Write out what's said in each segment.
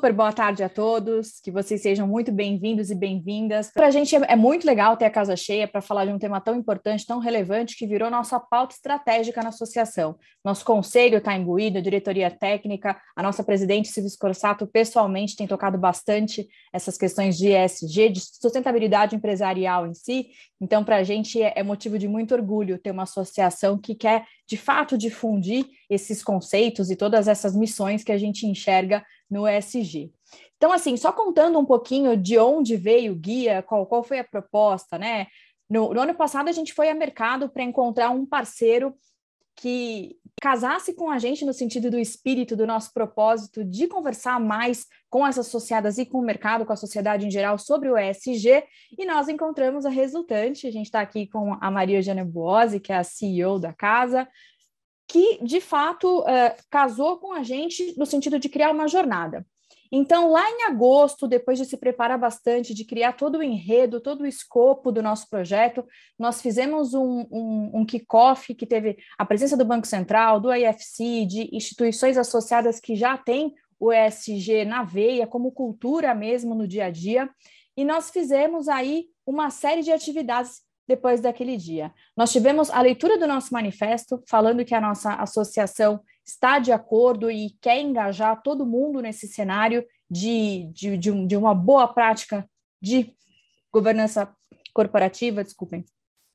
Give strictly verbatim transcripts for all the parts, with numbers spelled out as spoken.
Super boa tarde a todos, que vocês sejam muito bem-vindos e bem-vindas. Para a gente é, é muito legal ter a casa cheia para falar de um tema tão importante, tão relevante, que virou nossa pauta estratégica na associação. Nosso conselho está imbuído, a diretoria técnica, a nossa presidente Silvia Scorsato pessoalmente tem tocado bastante essas questões de E S G, de sustentabilidade empresarial em si. Então, para a gente é, é motivo de muito orgulho ter uma associação que quer, de fato, difundir esses conceitos e todas essas missões que a gente enxerga no E S G. Então, assim, só contando um pouquinho de onde veio o guia, qual, qual foi a proposta, né? No, no ano passado, a gente foi a mercado para encontrar um parceiro que casasse com a gente no sentido do espírito do nosso propósito de conversar mais com as associadas e com o mercado, com a sociedade em geral, sobre o E S G, e nós encontramos a resultante. A gente está aqui com a Maria Eugênia Buozzi, que é a C E O da casa, que, de fato, uh, casou com a gente no sentido de criar uma jornada. Então, lá em agosto, depois de se preparar bastante, de criar todo o enredo, todo o escopo do nosso projeto, nós fizemos um, um, um kick-off que teve a presença do Banco Central, do I F C, de instituições associadas que já têm o E S G na veia, como cultura mesmo no dia a dia, e nós fizemos aí uma série de atividades depois daquele dia. Nós tivemos a leitura do nosso manifesto, falando que a nossa associação está de acordo e quer engajar todo mundo nesse cenário de, de, de, um, de uma boa prática de governança corporativa, desculpem,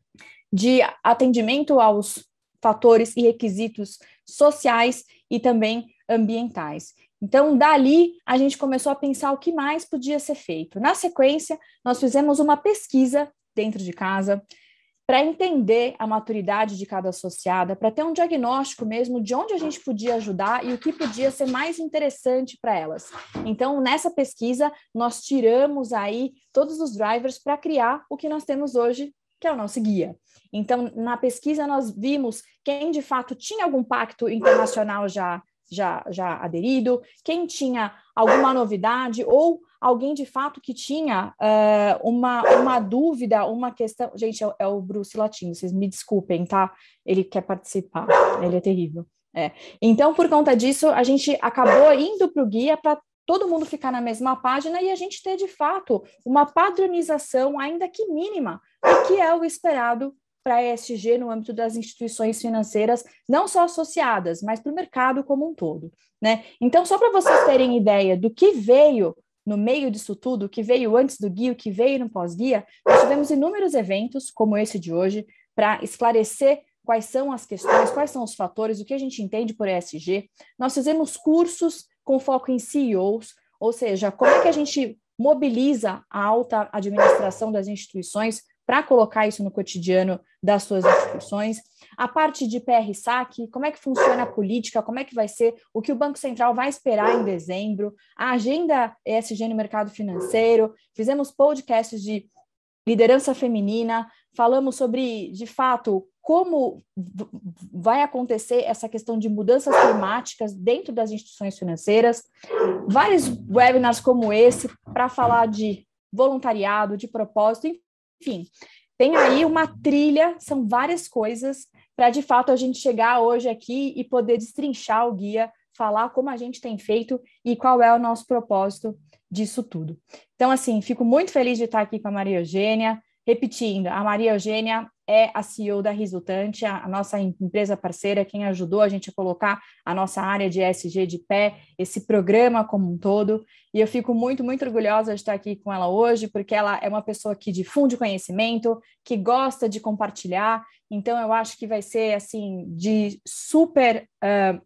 de atendimento aos fatores e requisitos sociais e também ambientais. Então, dali, a gente começou a pensar o que mais podia ser feito. Na sequência, nós fizemos uma pesquisa dentro de casa, para entender a maturidade de cada associada, para ter um diagnóstico mesmo de onde a gente podia ajudar e o que podia ser mais interessante para elas. Então, nessa pesquisa, nós tiramos aí todos os drivers para criar o que nós temos hoje, que é o nosso guia. Então, na pesquisa, nós vimos quem, de fato, tinha algum pacto internacional já, já, já aderido, quem tinha alguma novidade ou alguém de fato que tinha uh, uma, uma dúvida, uma questão... Gente, é, é o Bruce Latino, vocês me desculpem, tá? Ele quer participar, ele é terrível. É. Então, por conta disso, a gente acabou indo para o guia para todo mundo ficar na mesma página e a gente ter, de fato, uma padronização, ainda que mínima, do que é o esperado para a E S G no âmbito das instituições financeiras, não só associadas, mas para o mercado como um todo, né? Então, só para vocês terem ideia do que veio no meio disso tudo, o que veio antes do guia, o que veio no pós-guia, nós tivemos inúmeros eventos, como esse de hoje, para esclarecer quais são as questões, quais são os fatores, o que a gente entende por E S G. Nós fizemos cursos com foco em C E Os, ou seja, como é que a gente mobiliza a alta administração das instituições para colocar isso no cotidiano das suas instituições. A parte de P R SAC, como é que funciona a política, como é que vai ser, o que o Banco Central vai esperar em dezembro, a agenda E S G no mercado financeiro, fizemos podcasts de liderança feminina, falamos sobre, de fato, como vai acontecer essa questão de mudanças climáticas dentro das instituições financeiras, vários webinars como esse para falar de voluntariado, de propósito, enfim, tem aí uma trilha, são várias coisas para, de fato, a gente chegar hoje aqui e poder destrinchar o guia, falar como a gente tem feito e qual é o nosso propósito disso tudo. Então, assim, fico muito feliz de estar aqui com a Maria Eugênia. Repetindo, a Maria Eugênia é a C E O da Resultante, a nossa empresa parceira, quem ajudou a gente a colocar a nossa área de E S G de pé, esse programa como um todo, e eu fico muito, muito orgulhosa de estar aqui com ela hoje, porque ela é uma pessoa que difunde conhecimento, que gosta de compartilhar, então eu acho que vai ser, assim, de super uh,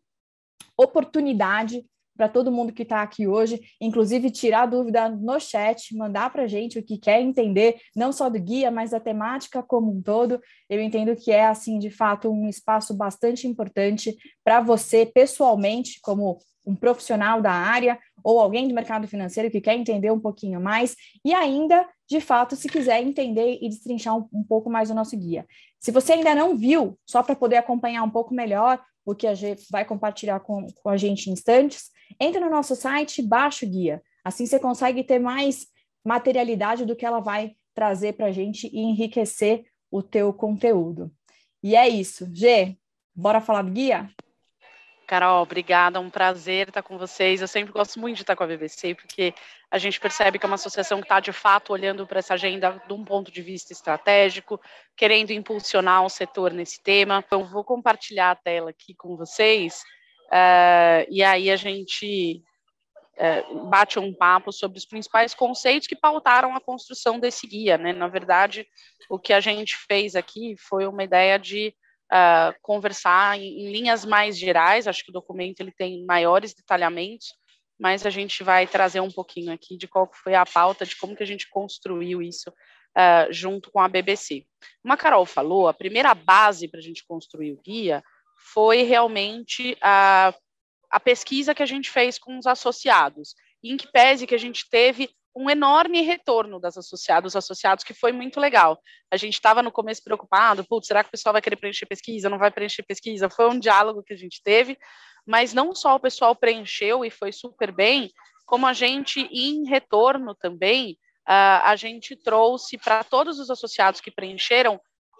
oportunidade para todo mundo que está aqui hoje, inclusive tirar dúvida no chat, mandar para a gente o que quer entender, não só do guia, mas da temática como um todo. Eu entendo que é, assim, de fato, um espaço bastante importante para você, pessoalmente, como um profissional da área, ou alguém do mercado financeiro que quer entender um pouquinho mais, e ainda, de fato, se quiser entender e destrinchar um, um pouco mais o nosso guia. Se você ainda não viu, só para poder acompanhar um pouco melhor o que a gente vai compartilhar com, com a gente em instantes, entra no nosso site, baixa o guia. Assim você consegue ter mais materialidade do que ela vai trazer para a gente e enriquecer o teu conteúdo. E é isso. Gê, bora falar do guia? Carol, obrigada, é um prazer estar com vocês. Eu sempre gosto muito de estar com a B B C, porque a gente percebe que é uma associação que está, de fato, olhando para essa agenda de um ponto de vista estratégico, querendo impulsionar o setor nesse tema. Eu vou compartilhar a tela aqui com vocês, uh, e aí a gente uh, bate um papo sobre os principais conceitos que pautaram a construção desse guia, né? Na verdade, o que a gente fez aqui foi uma ideia de Uh, conversar em, em linhas mais gerais. Acho que o documento ele tem maiores detalhamentos, mas a gente vai trazer um pouquinho aqui de qual foi a pauta, de como que a gente construiu isso uh, junto com a B B C. Como a Carol falou, a primeira base para a gente construir o guia foi realmente a, a pesquisa que a gente fez com os associados, em que pese que a gente teve um enorme retorno das associadas, associados, que foi muito legal. A gente estava no começo preocupado, putz, será que o pessoal vai querer preencher pesquisa, não vai preencher pesquisa? Foi um diálogo que a gente teve, mas não só o pessoal preencheu e foi super bem, como a gente, em retorno também, uh, a gente trouxe para todos os associados que preencheram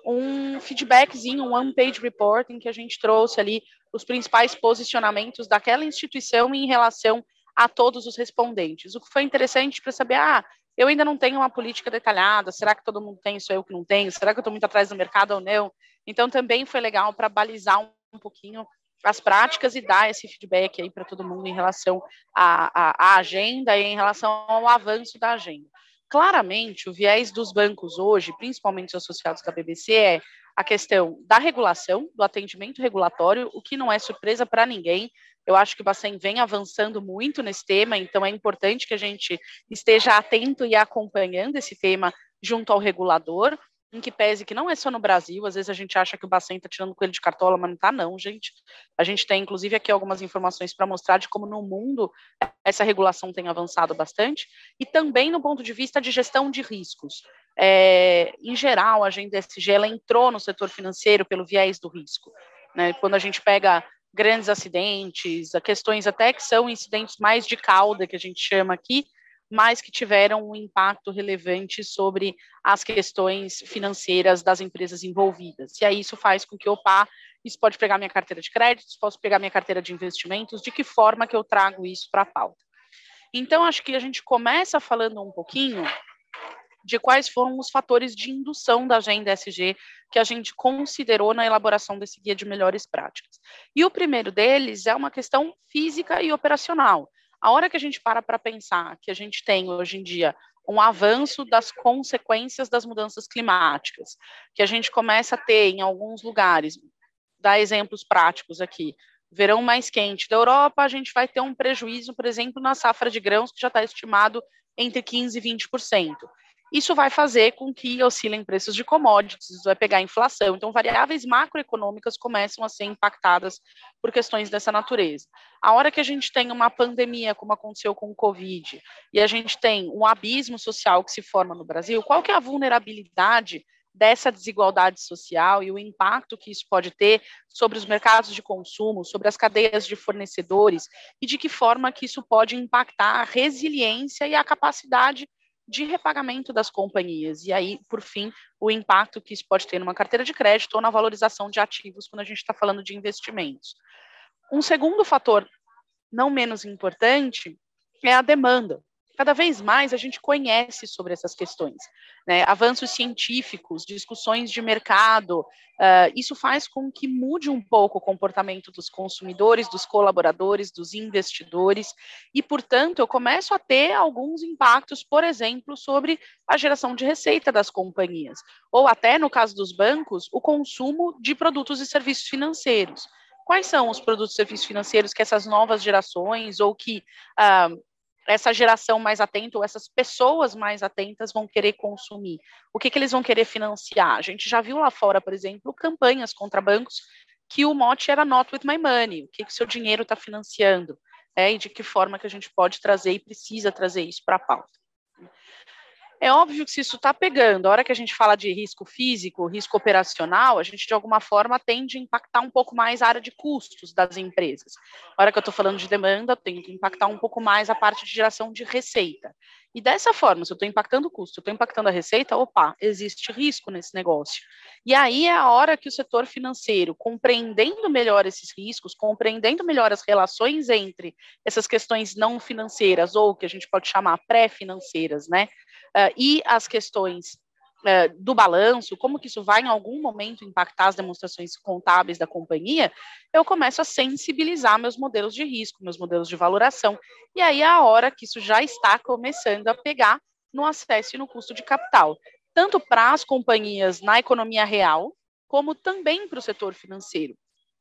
um feedbackzinho, um one-page report, em que a gente trouxe ali os principais posicionamentos daquela instituição em relação a todos os respondentes. O que foi interessante para saber, ah, eu ainda não tenho uma política detalhada, será que todo mundo tem, sou eu que não tenho, será que eu estou muito atrás do mercado ou não? Então também foi legal para balizar um, um pouquinho as práticas e dar esse feedback aí para todo mundo em relação à, à, à agenda e em relação ao avanço da agenda. Claramente, o viés dos bancos hoje, principalmente os associados da B B C, é a questão da regulação, do atendimento regulatório, o que não é surpresa para ninguém. Eu acho que o Bacen vem avançando muito nesse tema, então é importante que a gente esteja atento e acompanhando esse tema junto ao regulador, em que pese que não é só no Brasil, às vezes a gente acha que o Bacen está tirando coelho de cartola, mas não está não, gente. A gente tem, inclusive, aqui algumas informações para mostrar de como no mundo essa regulação tem avançado bastante, e também no ponto de vista de gestão de riscos. É, em geral, a agenda E S G ela entrou no setor financeiro pelo viés do risco, né? Quando a gente pega grandes acidentes, questões até que são incidentes mais de cauda, que a gente chama aqui, mas que tiveram um impacto relevante sobre as questões financeiras das empresas envolvidas. E aí isso faz com que, opa, isso pode pegar minha carteira de créditos, posso pegar minha carteira de investimentos, de que forma que eu trago isso para a pauta. Então, acho que a gente começa falando um pouquinho de quais foram os fatores de indução da agenda E S G que a gente considerou na elaboração desse guia de melhores práticas. E o primeiro deles é uma questão física e operacional. A hora que a gente para para pensar que a gente tem hoje em dia um avanço das consequências das mudanças climáticas, que a gente começa a ter em alguns lugares, dar exemplos práticos aqui, verão mais quente da Europa, a gente vai ter um prejuízo, por exemplo, na safra de grãos, que já está estimado entre quinze por cento e vinte por cento. Isso vai fazer com que oscilem preços de commodities, isso vai pegar a inflação. Então, variáveis macroeconômicas começam a ser impactadas por questões dessa natureza. A hora que a gente tem uma pandemia, como aconteceu com o Covid, e a gente tem um abismo social que se forma no Brasil, qual que é a vulnerabilidade dessa desigualdade social e o impacto que isso pode ter sobre os mercados de consumo, sobre as cadeias de fornecedores, e de que forma que isso pode impactar a resiliência e a capacidade de repagamento das companhias, e aí, por fim, o impacto que isso pode ter numa carteira de crédito ou na valorização de ativos quando a gente está falando de investimentos. Um segundo fator, não menos importante, é a demanda. Cada vez mais a gente conhece sobre essas questões, né? Avanços científicos, discussões de mercado, uh, isso faz com que mude um pouco o comportamento dos consumidores, dos colaboradores, dos investidores, e, portanto, eu começo a ter alguns impactos, por exemplo, sobre a geração de receita das companhias, ou até, no caso dos bancos, o consumo de produtos e serviços financeiros. Quais são os produtos e serviços financeiros que essas novas gerações, ou que uh, essa geração mais atenta, ou essas pessoas mais atentas vão querer consumir? O que, que eles vão querer financiar? A gente já viu lá fora, por exemplo, campanhas contra bancos que o mote era not with my money, o que, que o seu dinheiro está financiando, é, e de que forma que a gente pode trazer e precisa trazer isso para a pauta. É óbvio que se isso está pegando, a hora que a gente fala de risco físico, risco operacional, a gente de alguma forma tende a impactar um pouco mais a área de custos das empresas. A hora que eu estou falando de demanda, eu tenho que impactar um pouco mais a parte de geração de receita. E dessa forma, se eu estou impactando o custo, eu estou impactando a receita, opa, existe risco nesse negócio. E aí é a hora que o setor financeiro, compreendendo melhor esses riscos, compreendendo melhor as relações entre essas questões não financeiras, ou que a gente pode chamar pré-financeiras, né? Uh, e as questões uh, do balanço, como que isso vai em algum momento impactar as demonstrações contábeis da companhia, eu começo a sensibilizar meus modelos de risco, meus modelos de valoração, e aí é a hora que isso já está começando a pegar no acesso e no custo de capital, tanto para as companhias na economia real, como também para o setor financeiro.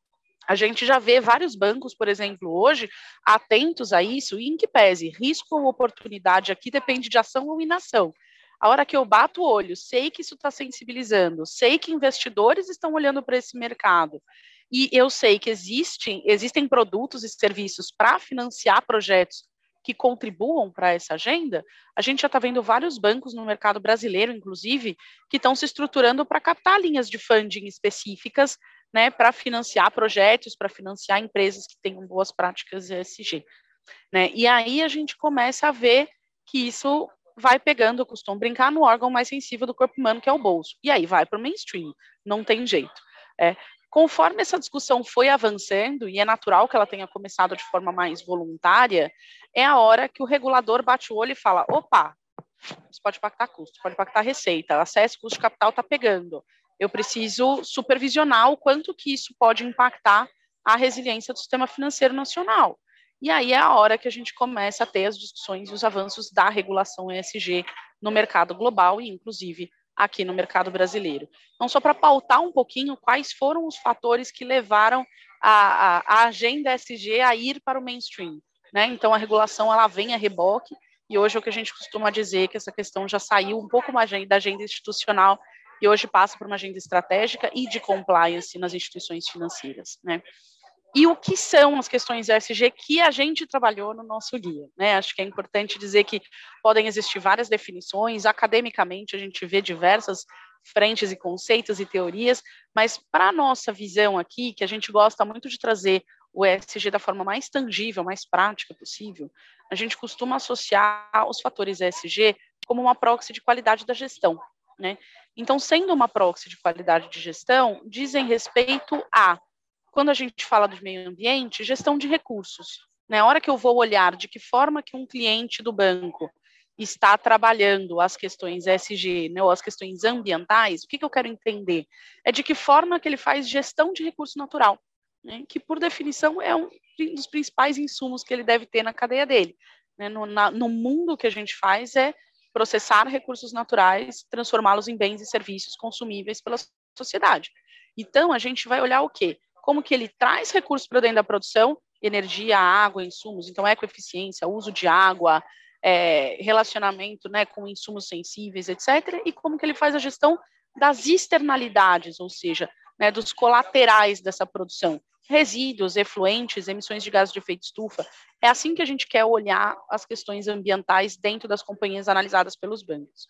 A gente já vê vários bancos, por exemplo, hoje, atentos a isso, e em que pese, risco ou oportunidade aqui depende de ação ou inação. A hora que eu bato o olho, sei que isso está sensibilizando, sei que investidores estão olhando para esse mercado, e eu sei que existem, existem produtos e serviços para financiar projetos que contribuam para essa agenda, a gente já está vendo vários bancos no mercado brasileiro, inclusive, que estão se estruturando para captar linhas de funding específicas, né, para financiar projetos, para financiar empresas que tenham boas práticas E S G. Né? E aí a gente começa a ver que isso vai pegando, eu costumo brincar, no órgão mais sensível do corpo humano, que é o bolso. E aí vai para o mainstream, não tem jeito. É, conforme essa discussão foi avançando, e é natural que ela tenha começado de forma mais voluntária, é a hora que o regulador bate o olho e fala, opa, isso pode impactar custo, pode impactar receita, acesso, custo de capital está pegando. Eu preciso supervisionar o quanto que isso pode impactar a resiliência do sistema financeiro nacional. E aí é a hora que a gente começa a ter as discussões e os avanços da regulação E S G no mercado global e, inclusive, aqui no mercado brasileiro. Então, só para pautar um pouquinho quais foram os fatores que levaram a, a, a agenda E S G a ir para o mainstream. Né? Então, a regulação ela vem a reboque, e hoje é o que a gente costuma dizer que essa questão já saiu um pouco mais da agenda institucional e hoje passa por uma agenda estratégica e de compliance nas instituições financeiras, né? E o que são as questões E S G que a gente trabalhou no nosso guia, né? Acho que é importante dizer que podem existir várias definições, academicamente a gente vê diversas frentes e conceitos e teorias, mas para a nossa visão aqui, que a gente gosta muito de trazer o E S G da forma mais tangível, mais prática possível, a gente costuma associar os fatores E S G como uma proxy de qualidade da gestão, né? Então, sendo uma proxy de qualidade de gestão, dizem respeito a, quando a gente fala do meio ambiente, gestão de recursos. Né? A hora que eu vou olhar de que forma que um cliente do banco está trabalhando as questões E S G, né, ou as questões ambientais, o que, que eu quero entender? É de que forma que ele faz gestão de recurso natural, né, que, por definição, é um dos principais insumos que ele deve ter na cadeia dele. Né? No, na, no mundo, o que a gente faz é processar recursos naturais, transformá-los em bens e serviços consumíveis pela sociedade. Então, a gente vai olhar o quê? Como que ele traz recursos para dentro da produção, energia, água, insumos, então ecoeficiência, uso de água, é, relacionamento, né, com insumos sensíveis, etcétera, e como que ele faz a gestão das externalidades, ou seja, né, dos colaterais dessa produção, resíduos, efluentes, emissões de gases de efeito estufa. É assim que a gente quer olhar as questões ambientais dentro das companhias analisadas pelos bancos.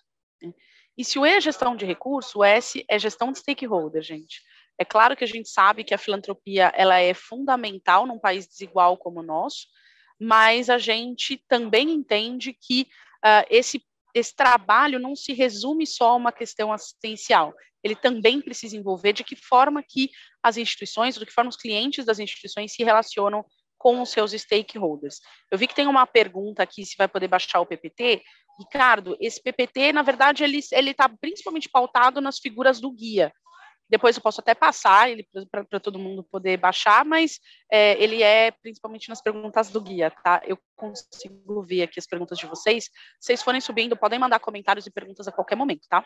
E se o E é gestão de recurso, o S é gestão de stakeholder, gente. É claro que a gente sabe que a filantropia ela é fundamental num país desigual como o nosso, mas a gente também entende que uh, esse, esse trabalho não se resume só a uma questão assistencial. Ele também precisa envolver de que forma que as instituições, de que forma os clientes das instituições se relacionam com os seus stakeholders. Eu vi que tem uma pergunta aqui se vai poder baixar o P P T. Ricardo, esse P P T, na verdade, ele está principalmente pautado nas figuras do guia. Depois eu posso até passar ele para todo mundo poder baixar, mas é, ele é principalmente nas perguntas do guia, tá? Eu consigo ver aqui as perguntas de vocês. Se vocês forem subindo, podem mandar comentários e perguntas a qualquer momento, tá?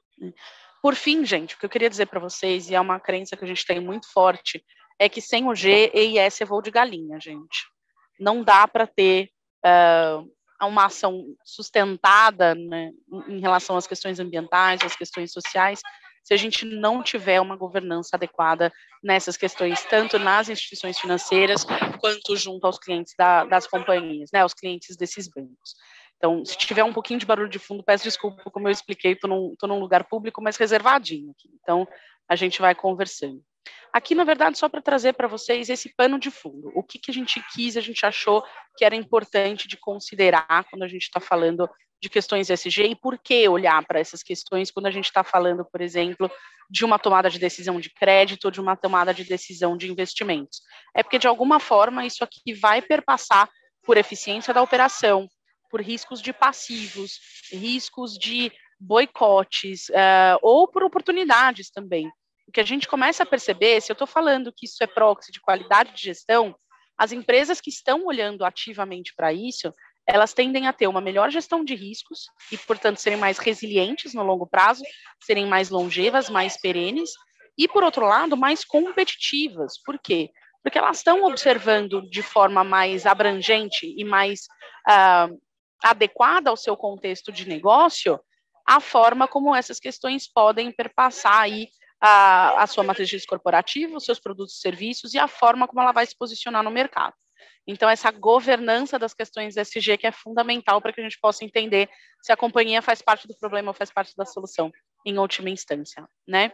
Por fim, gente, o que eu queria dizer para vocês, e é uma crença que a gente tem muito forte, é que sem o G, E e S é voo de galinha, gente. Não dá para ter uh, uma ação sustentada, né, em relação às questões ambientais, às questões sociais, se a gente não tiver uma governança adequada nessas questões, tanto nas instituições financeiras, quanto junto aos clientes da, das companhias, né, aos clientes desses bancos. Então, se tiver um pouquinho de barulho de fundo, peço desculpa, como eu expliquei, estou num, tô num lugar público, mas reservadinho aqui. Então, a gente vai conversando. Aqui, na verdade, só para trazer para vocês esse pano de fundo. O que, que a gente quis, a gente achou que era importante de considerar quando a gente está falando de questões E S G e por que olhar para essas questões quando a gente está falando, por exemplo, de uma tomada de decisão de crédito ou de uma tomada de decisão de investimentos. É porque, de alguma forma, isso aqui vai perpassar por eficiência da operação, por riscos de passivos, riscos de boicotes, uh, ou por oportunidades também. O que a gente começa a perceber, se eu estou falando que isso é proxy de qualidade de gestão, as empresas que estão olhando ativamente para isso, elas tendem a ter uma melhor gestão de riscos e, portanto, serem mais resilientes no longo prazo, serem mais longevas, mais perenes, e, por outro lado, mais competitivas. Por quê? Porque elas estão observando de forma mais abrangente e mais uh, adequada ao seu contexto de negócio a forma como essas questões podem perpassar aí a, a sua matriz de risco corporativo, os seus produtos e serviços e a forma como ela vai se posicionar no mercado. Então, essa governança das questões E S G que é fundamental para que a gente possa entender se a companhia faz parte do problema ou faz parte da solução, em última instância, né?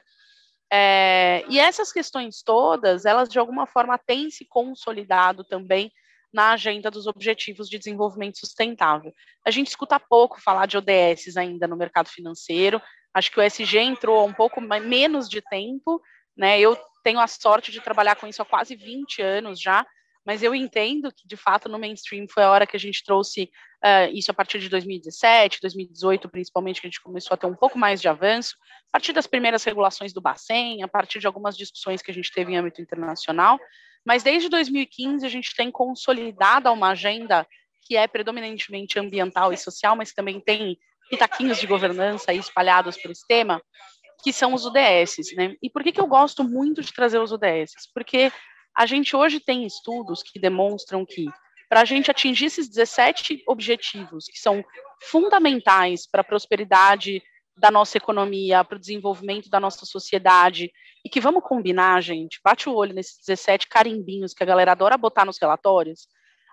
É, e essas questões todas, elas de alguma forma têm se consolidado também na agenda dos Objetivos de Desenvolvimento Sustentável. A gente escuta pouco falar de O D S ainda no mercado financeiro, acho que o E S G entrou há um pouco menos de tempo, né? Eu tenho a sorte de trabalhar com isso há quase vinte anos já, mas eu entendo que, de fato, no mainstream foi a hora que a gente trouxe uh, isso a partir de dois mil e dezessete, dois mil e dezoito, principalmente, que a gente começou a ter um pouco mais de avanço, a partir das primeiras regulações do Bacen, a partir de algumas discussões que a gente teve em âmbito internacional, mas desde dois mil e quinze a gente tem consolidado uma agenda que é predominantemente ambiental e social, mas também tem pitaquinhos de governança aí espalhados pelo sistema, que são os U D S, né? E por que que eu gosto muito de trazer os U D S? Porque a gente hoje tem estudos que demonstram que, para a gente atingir esses dezessete objetivos, que são fundamentais para a prosperidade da nossa economia, para o desenvolvimento da nossa sociedade, e que vamos combinar, gente, bate o olho nesses dezessete carimbinhos que a galera adora botar nos relatórios,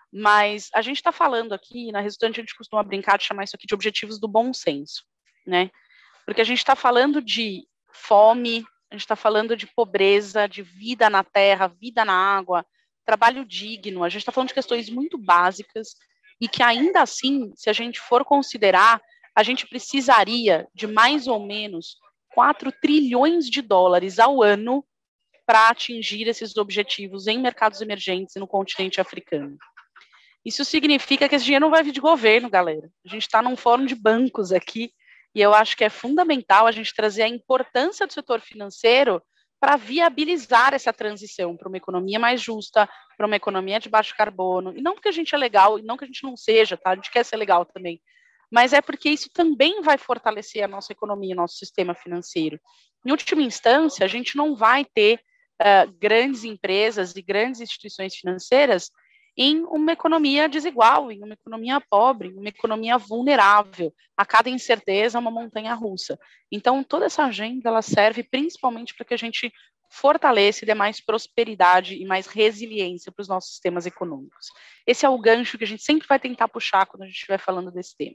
mas a gente está falando aqui, na Resultante a gente costuma brincar de chamar isso aqui de objetivos do bom senso, né? Porque a gente está falando de fome, a gente está falando de pobreza, de vida na terra, vida na água, trabalho digno, a gente está falando de questões muito básicas e que ainda assim, se a gente for considerar, a gente precisaria de mais ou menos quatro trilhões de dólares ao ano para atingir esses objetivos em mercados emergentes e no continente africano. Isso significa que esse dinheiro não vai vir de governo, galera. A gente está num fórum de bancos aqui, e eu acho que é fundamental a gente trazer a importância do setor financeiro para viabilizar essa transição para uma economia mais justa, para uma economia de baixo carbono. E não porque a gente é legal, e não que a gente não seja, tá? A gente quer ser legal também. Mas é porque isso também vai fortalecer a nossa economia, nosso sistema financeiro. Em última instância, a gente não vai ter uh, grandes empresas e grandes instituições financeiras em uma economia desigual, em uma economia pobre, em uma economia vulnerável. A cada incerteza, uma montanha russa. Então, toda essa agenda ela serve principalmente para que a gente fortaleça e dê mais prosperidade e mais resiliência para os nossos sistemas econômicos. Esse é o gancho que a gente sempre vai tentar puxar quando a gente estiver falando desse tema.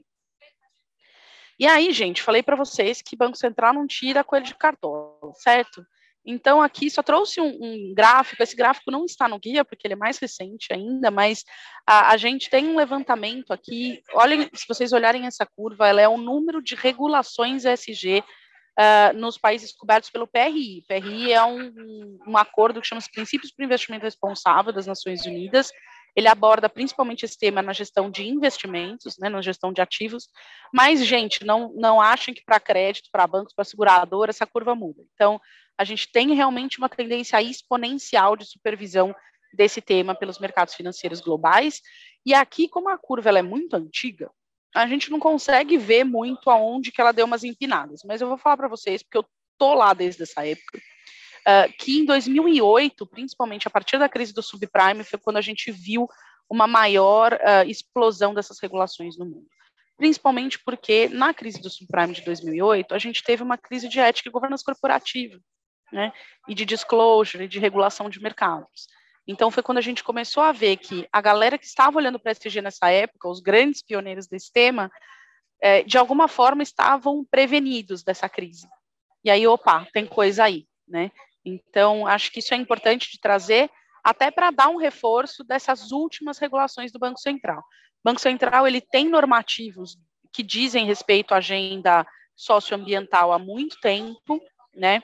E aí, gente, falei para vocês que Banco Central não tira coelho de cartola, certo? Então, aqui só trouxe um, um gráfico, esse gráfico não está no guia, porque ele é mais recente ainda, mas a, a gente tem um levantamento aqui, olhem, se vocês olharem essa curva, ela é o número de regulações E S G uh, nos países cobertos pelo P R I. P R I é um, um, um acordo que chama-se Princípios para o Investimento Responsável das Nações Unidas. Ele aborda principalmente esse tema na gestão de investimentos, né, na gestão de ativos, mas, gente, não, não achem que para crédito, para bancos, para seguradora, essa curva muda. Então, a gente tem realmente uma tendência exponencial de supervisão desse tema pelos mercados financeiros globais, e aqui, como a curva ela é muito antiga, a gente não consegue ver muito aonde que ela deu umas empinadas, mas eu vou falar para vocês, porque eu tô lá desde essa época, Uh, que em dois mil e oito, principalmente a partir da crise do subprime, foi quando a gente viu uma maior uh, explosão dessas regulações no mundo. Principalmente porque na crise do subprime de dois mil e oito, a gente teve uma crise de ética e governança corporativa, né, e de disclosure, e de regulação de mercados. Então, foi quando a gente começou a ver que a galera que estava olhando para a E S G nessa época, os grandes pioneiros desse tema, é, de alguma forma estavam prevenidos dessa crise. E aí, opa, tem coisa aí, né? Então, acho que isso é importante de trazer, até para dar um reforço dessas últimas regulações do Banco Central. O Banco Central, ele tem normativos que dizem respeito à agenda socioambiental há muito tempo, né?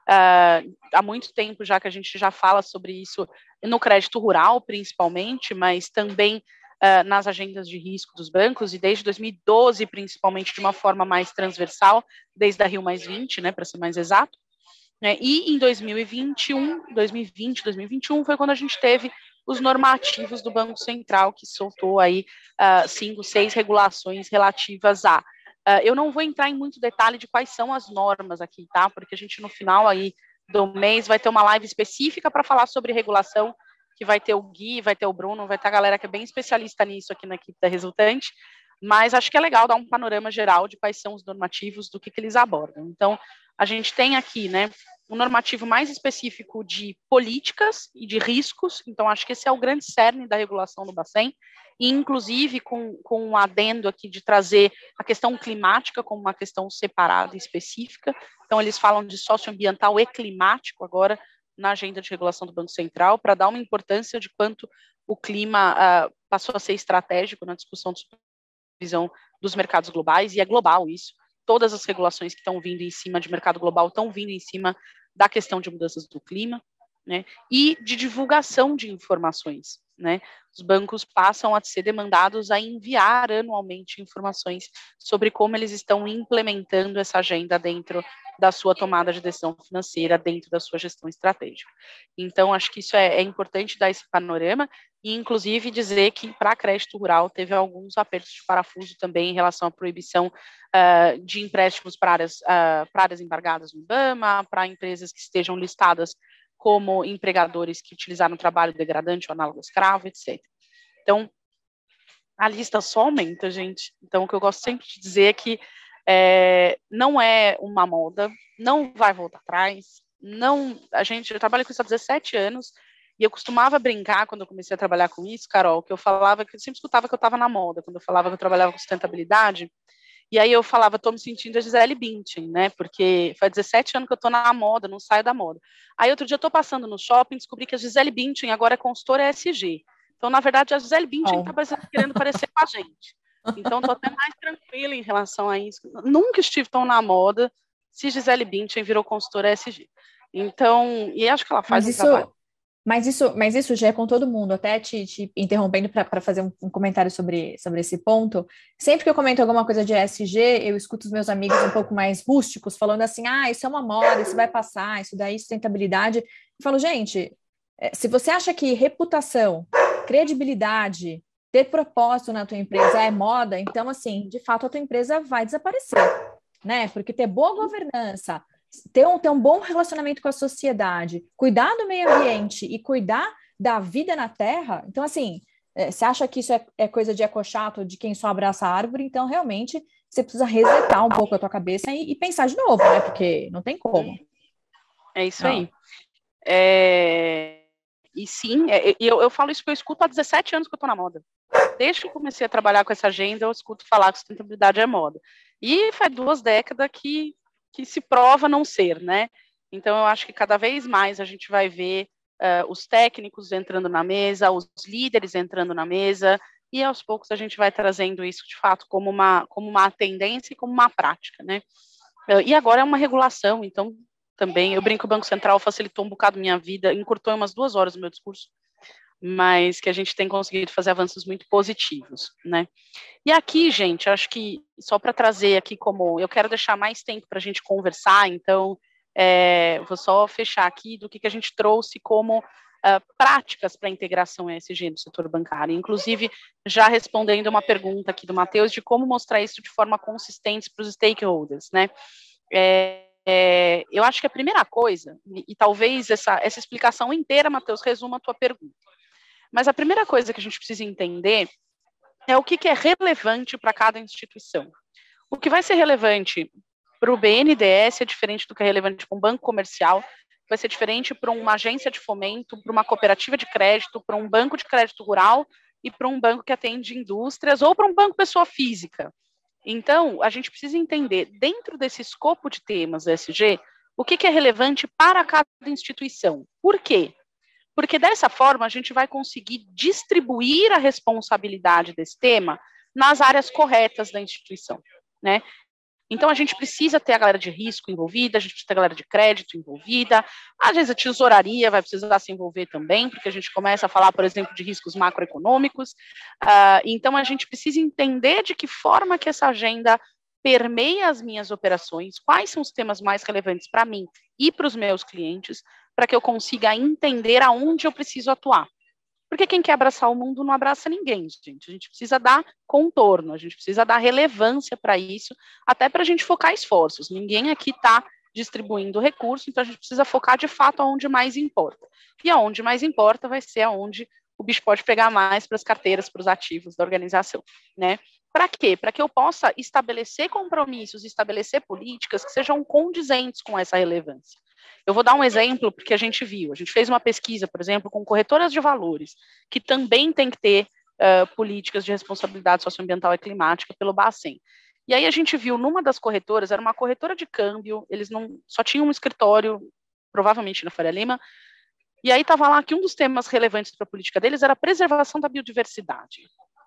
Uh, há muito tempo já que a gente já fala sobre isso no crédito rural, principalmente, mas também uh, nas agendas de risco dos bancos, e desde dois mil e doze, principalmente, de uma forma mais transversal, desde a Rio mais vinte, né, para ser mais exato. Né? E em dois mil e vinte e um, dois mil e vinte, dois mil e vinte e um foi quando a gente teve os normativos do Banco Central, que soltou aí uh, cinco, seis regulações relativas a. Uh, eu não vou entrar em muito detalhe de quais são as normas aqui, tá? Porque a gente no final aí do mês vai ter uma live específica para falar sobre regulação, que vai ter o Gui, vai ter o Bruno, vai ter a galera que é bem especialista nisso aqui na equipe da Resultante, mas acho que é legal dar um panorama geral de quais são os normativos, do que, que eles abordam. Então, a gente tem aqui, né, um normativo mais específico de políticas e de riscos, então acho que esse é o grande cerne da regulação do Bacen, e inclusive com, com um adendo aqui de trazer a questão climática como uma questão separada e específica. Então eles falam de socioambiental e climático agora na agenda de regulação do Banco Central, para dar uma importância de quanto o clima uh, passou a ser estratégico na discussão de supervisão dos mercados globais, e é global isso. Todas as regulações que estão vindo em cima de mercado global estão vindo em cima da questão de mudanças do clima, né, e de divulgação de informações, né. Os bancos passam a ser demandados a enviar anualmente informações sobre como eles estão implementando essa agenda dentro da sua tomada de decisão financeira, dentro da sua gestão estratégica. Então, acho que isso é, é importante dar esse panorama, e inclusive dizer que para crédito rural teve alguns apertos de parafuso também em relação à proibição uh, de empréstimos para áreas, uh, para áreas embargadas no IBAMA, para empresas que estejam listadas como empregadores que utilizaram trabalho degradante ou análogo escravo, etcétera. Então, a lista só aumenta, gente. Então, o que eu gosto sempre de dizer é que é, não é uma moda, não vai voltar atrás, não, a gente, eu trabalho com isso há dezessete anos, e eu costumava brincar, quando eu comecei a trabalhar com isso, Carol, que eu falava, que eu sempre escutava que eu estava na moda, quando eu falava que eu trabalhava com sustentabilidade, e aí eu falava, estou me sentindo a Gisele Bündchen, né, porque faz dezessete anos que eu estou na moda, não saio da moda. Aí outro dia eu estou passando no shopping, descobri que a Gisele Bündchen agora é consultora E S G. Então, na verdade, a Gisele Bündchen está oh. querendo parecer com a gente. Então, estou até mais tranquila em relação a isso. Nunca estive tão na moda se Gisele Bündchen virou consultora E S G. Então, e acho que ela faz mas um isso, trabalho. Mas isso, mas isso já é com todo mundo, até te, te interrompendo para fazer um, um comentário sobre, sobre esse ponto. Sempre que eu comento alguma coisa de E S G, eu escuto os meus amigos um pouco mais rústicos falando assim, ah, isso é uma moda, isso vai passar, isso daí, sustentabilidade. Eu falo, gente, se você acha que reputação, credibilidade, ter propósito na tua empresa é moda, então, assim, de fato, a tua empresa vai desaparecer, né? Porque ter boa governança, ter um, ter um bom relacionamento com a sociedade, cuidar do meio ambiente e cuidar da vida na Terra, então, assim, é, você acha que isso é, é coisa de ecochato, de quem só abraça a árvore, então, realmente, você precisa resetar um pouco a tua cabeça e, e pensar de novo, né? Porque não tem como. É isso aí. É... E sim, é, eu, eu falo isso que eu escuto há dezessete anos que eu estou na moda. Desde que eu comecei a trabalhar com essa agenda, eu escuto falar que sustentabilidade é moda. E faz duas décadas que, que se prova não ser, né? Então, eu acho que cada vez mais a gente vai ver uh, os técnicos entrando na mesa, os líderes entrando na mesa, e aos poucos a gente vai trazendo isso, de fato, como uma, como uma tendência e como uma prática, né? Uh, e agora é uma regulação, então, também, eu brinco que o Banco Central facilitou um bocado minha vida, encurtou umas duas horas o meu discurso, mas que a gente tem conseguido fazer avanços muito positivos, né? E aqui, gente, acho que só para trazer aqui como, eu quero deixar mais tempo para a gente conversar, então é, vou só fechar aqui do que, que a gente trouxe como uh, práticas para a integração E S G no setor bancário, inclusive já respondendo uma pergunta aqui do Matheus de como mostrar isso de forma consistente para os stakeholders, né? É, é, eu acho que a primeira coisa, e, e talvez essa, essa explicação inteira, Matheus, resuma a tua pergunta, mas a primeira coisa que a gente precisa entender é o que, que é relevante para cada instituição. O que vai ser relevante para o B N D E S é diferente do que é relevante para um banco comercial, vai ser diferente para uma agência de fomento, para uma cooperativa de crédito, para um banco de crédito rural e para um banco que atende indústrias ou para um banco pessoa física. Então, a gente precisa entender, dentro desse escopo de temas do E S G, o que, que é relevante para cada instituição. Por quê? Porque dessa forma a gente vai conseguir distribuir a responsabilidade desse tema nas áreas corretas da instituição, né? Então a gente precisa ter a galera de risco envolvida, a gente precisa ter a galera de crédito envolvida, às vezes a tesouraria vai precisar se envolver também, porque a gente começa a falar, por exemplo, de riscos macroeconômicos, uh, então a gente precisa entender de que forma que essa agenda permeia as minhas operações, quais são os temas mais relevantes para mim e para os meus clientes, para que eu consiga entender aonde eu preciso atuar. Porque quem quer abraçar o mundo não abraça ninguém, gente. A gente precisa dar contorno, a gente precisa dar relevância para isso, até para a gente focar esforços. Ninguém aqui está distribuindo recurso, então a gente precisa focar de fato aonde mais importa. E aonde mais importa vai ser aonde o bicho pode pegar mais para as carteiras, para os ativos da organização, né? Para quê? Para que eu possa estabelecer compromissos, estabelecer políticas que sejam condizentes com essa relevância. Eu vou dar um exemplo, porque a gente viu, a gente fez uma pesquisa, por exemplo, com corretoras de valores, que também tem que ter uh, políticas de responsabilidade socioambiental e climática pelo Bacen. E aí a gente viu, numa das corretoras, era uma corretora de câmbio, eles não só tinham um escritório, provavelmente na Faria Lima, e aí estava lá que um dos temas relevantes para a política deles era a preservação da biodiversidade.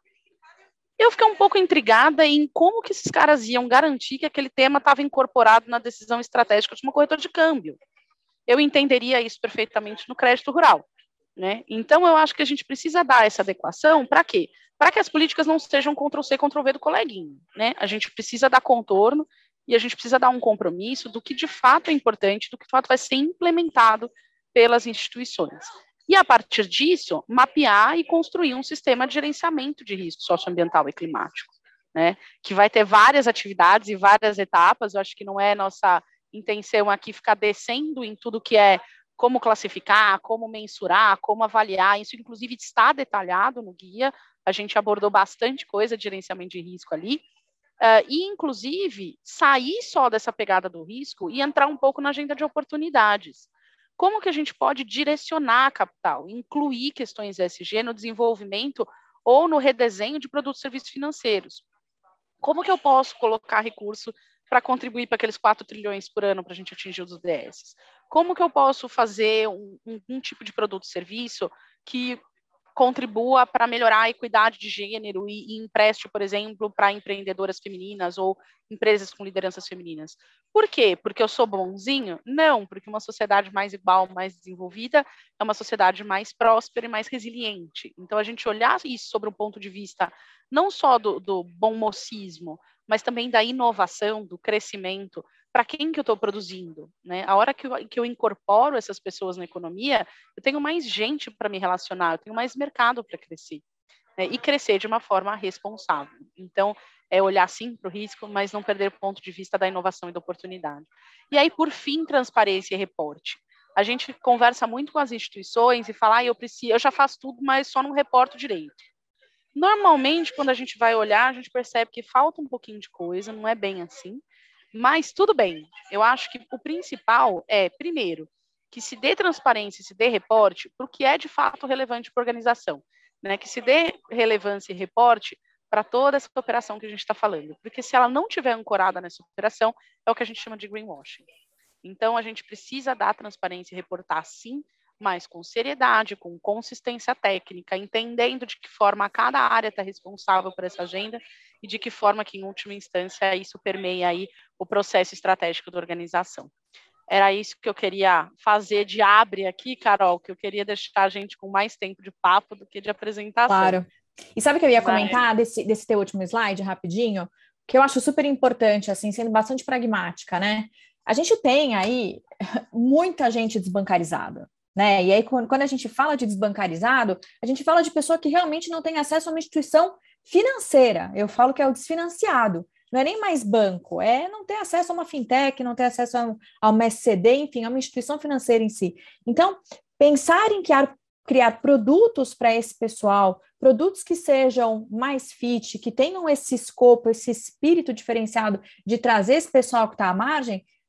Eu fiquei um pouco intrigada em como que esses caras iam garantir que aquele tema estava incorporado na decisão estratégica de uma corretora de câmbio. Eu entenderia isso perfeitamente no crédito rural, né? Então, eu acho que a gente precisa dar essa adequação para quê? Para que as políticas não sejam Ctrl-C, Ctrl-V do coleguinho, né? A gente precisa dar contorno e a gente precisa dar um compromisso do que de fato é importante, do que de fato vai ser implementado pelas instituições. E, a partir disso, mapear e construir um sistema de gerenciamento de risco socioambiental e climático, né? Que vai ter várias atividades e várias etapas. Eu acho que não é nossa intenção aqui ficar descendo em tudo que é como classificar, como mensurar, como avaliar. Isso, inclusive, está detalhado no guia. A gente abordou bastante coisa de gerenciamento de risco ali. Uh, e, inclusive, sair só dessa pegada do risco e entrar um pouco na agenda de oportunidades. Como que a gente pode direcionar a capital, incluir questões E S G no desenvolvimento ou no redesenho de produtos e serviços financeiros? Como que eu posso colocar recurso para contribuir para aqueles quatro trilhões por ano para a gente atingir os D S? Como que eu posso fazer um, um, um tipo de produto e serviço que contribua para melhorar a equidade de gênero e, e empreste, por exemplo, para empreendedoras femininas ou empresas com lideranças femininas? Por quê? Porque eu sou bonzinho? Não, porque uma sociedade mais igual, mais desenvolvida, é uma sociedade mais próspera e mais resiliente. Então, a gente olhar isso sobre um ponto de vista não só do, do bom mocismo, mas também da inovação, do crescimento, para quem que eu estou produzindo, né? A hora que eu, que eu incorporo essas pessoas na economia, eu tenho mais gente para me relacionar, eu tenho mais mercado para crescer, né? E crescer de uma forma responsável. Então, é olhar sim para o risco, mas não perder o ponto de vista da inovação e da oportunidade. E aí, por fim, transparência e reporte. A gente conversa muito com as instituições e fala, ah, eu preciso, eu já faço tudo, mas só não reporto direito. Normalmente, quando a gente vai olhar, a gente percebe que falta um pouquinho de coisa, não é bem assim. Mas tudo bem, eu acho que o principal é, primeiro, que se dê transparência, se dê reporte para o que é de fato relevante para a organização, né? Que se dê relevância e reporte para toda essa operação que a gente está falando, porque se ela não tiver ancorada nessa operação, é o que a gente chama de greenwashing. Então, a gente precisa dar transparência e reportar sim, mas com seriedade, com consistência técnica, entendendo de que forma cada área está responsável por essa agenda e de que forma que, em última instância, isso permeia aí o processo estratégico da organização. Era isso que eu queria fazer de abre aqui, Carol, que eu queria deixar a gente com mais tempo de papo do que de apresentação. Claro. E sabe o que eu ia comentar Mas... desse, desse teu último slide, rapidinho? Que eu acho super importante, assim, sendo bastante pragmática, né? A gente tem aí muita gente desbancarizada, né? E aí, quando a gente fala de desbancarizado, a gente fala de pessoa que realmente não tem acesso a uma instituição financeira. Eu falo que é o desfinanciado. Não é nem mais banco, é não ter acesso a uma fintech, não ter acesso a, a uma S C D, enfim, a uma instituição financeira em si. Então, pensar em criar, criar produtos para esse pessoal, produtos que sejam mais fit, que tenham esse escopo, esse espírito diferenciado de trazer esse pessoal que está à margem,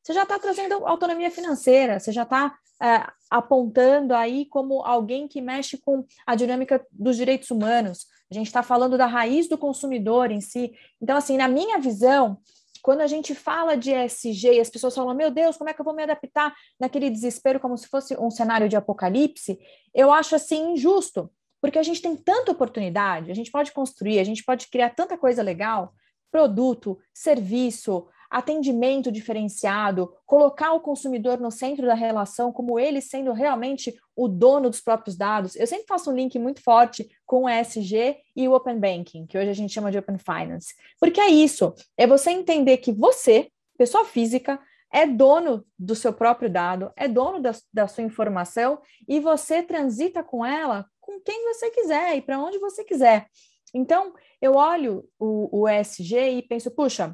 você já está trazendo autonomia financeira, você já está é, apontando aí como alguém que mexe com a dinâmica dos direitos humanos. A gente está falando da raiz do consumidor em si. Então, assim, na minha visão, quando a gente fala de E S G e as pessoas falam, meu Deus, como é que eu vou me adaptar naquele desespero como se fosse um cenário de apocalipse, eu acho assim injusto, porque a gente tem tanta oportunidade, a gente pode construir, a gente pode criar tanta coisa legal, produto, serviço, atendimento diferenciado, colocar o consumidor no centro da relação, como ele sendo realmente o dono dos próprios dados. Eu sempre faço um link muito forte com o E S G e o Open Banking, que hoje a gente chama de Open Finance. Porque é isso, é você entender que você, pessoa física, é dono do seu próprio dado, é dono da, da sua informação e você transita com ela com quem você quiser e para onde você quiser. Então, eu olho o, o E S G e penso, puxa,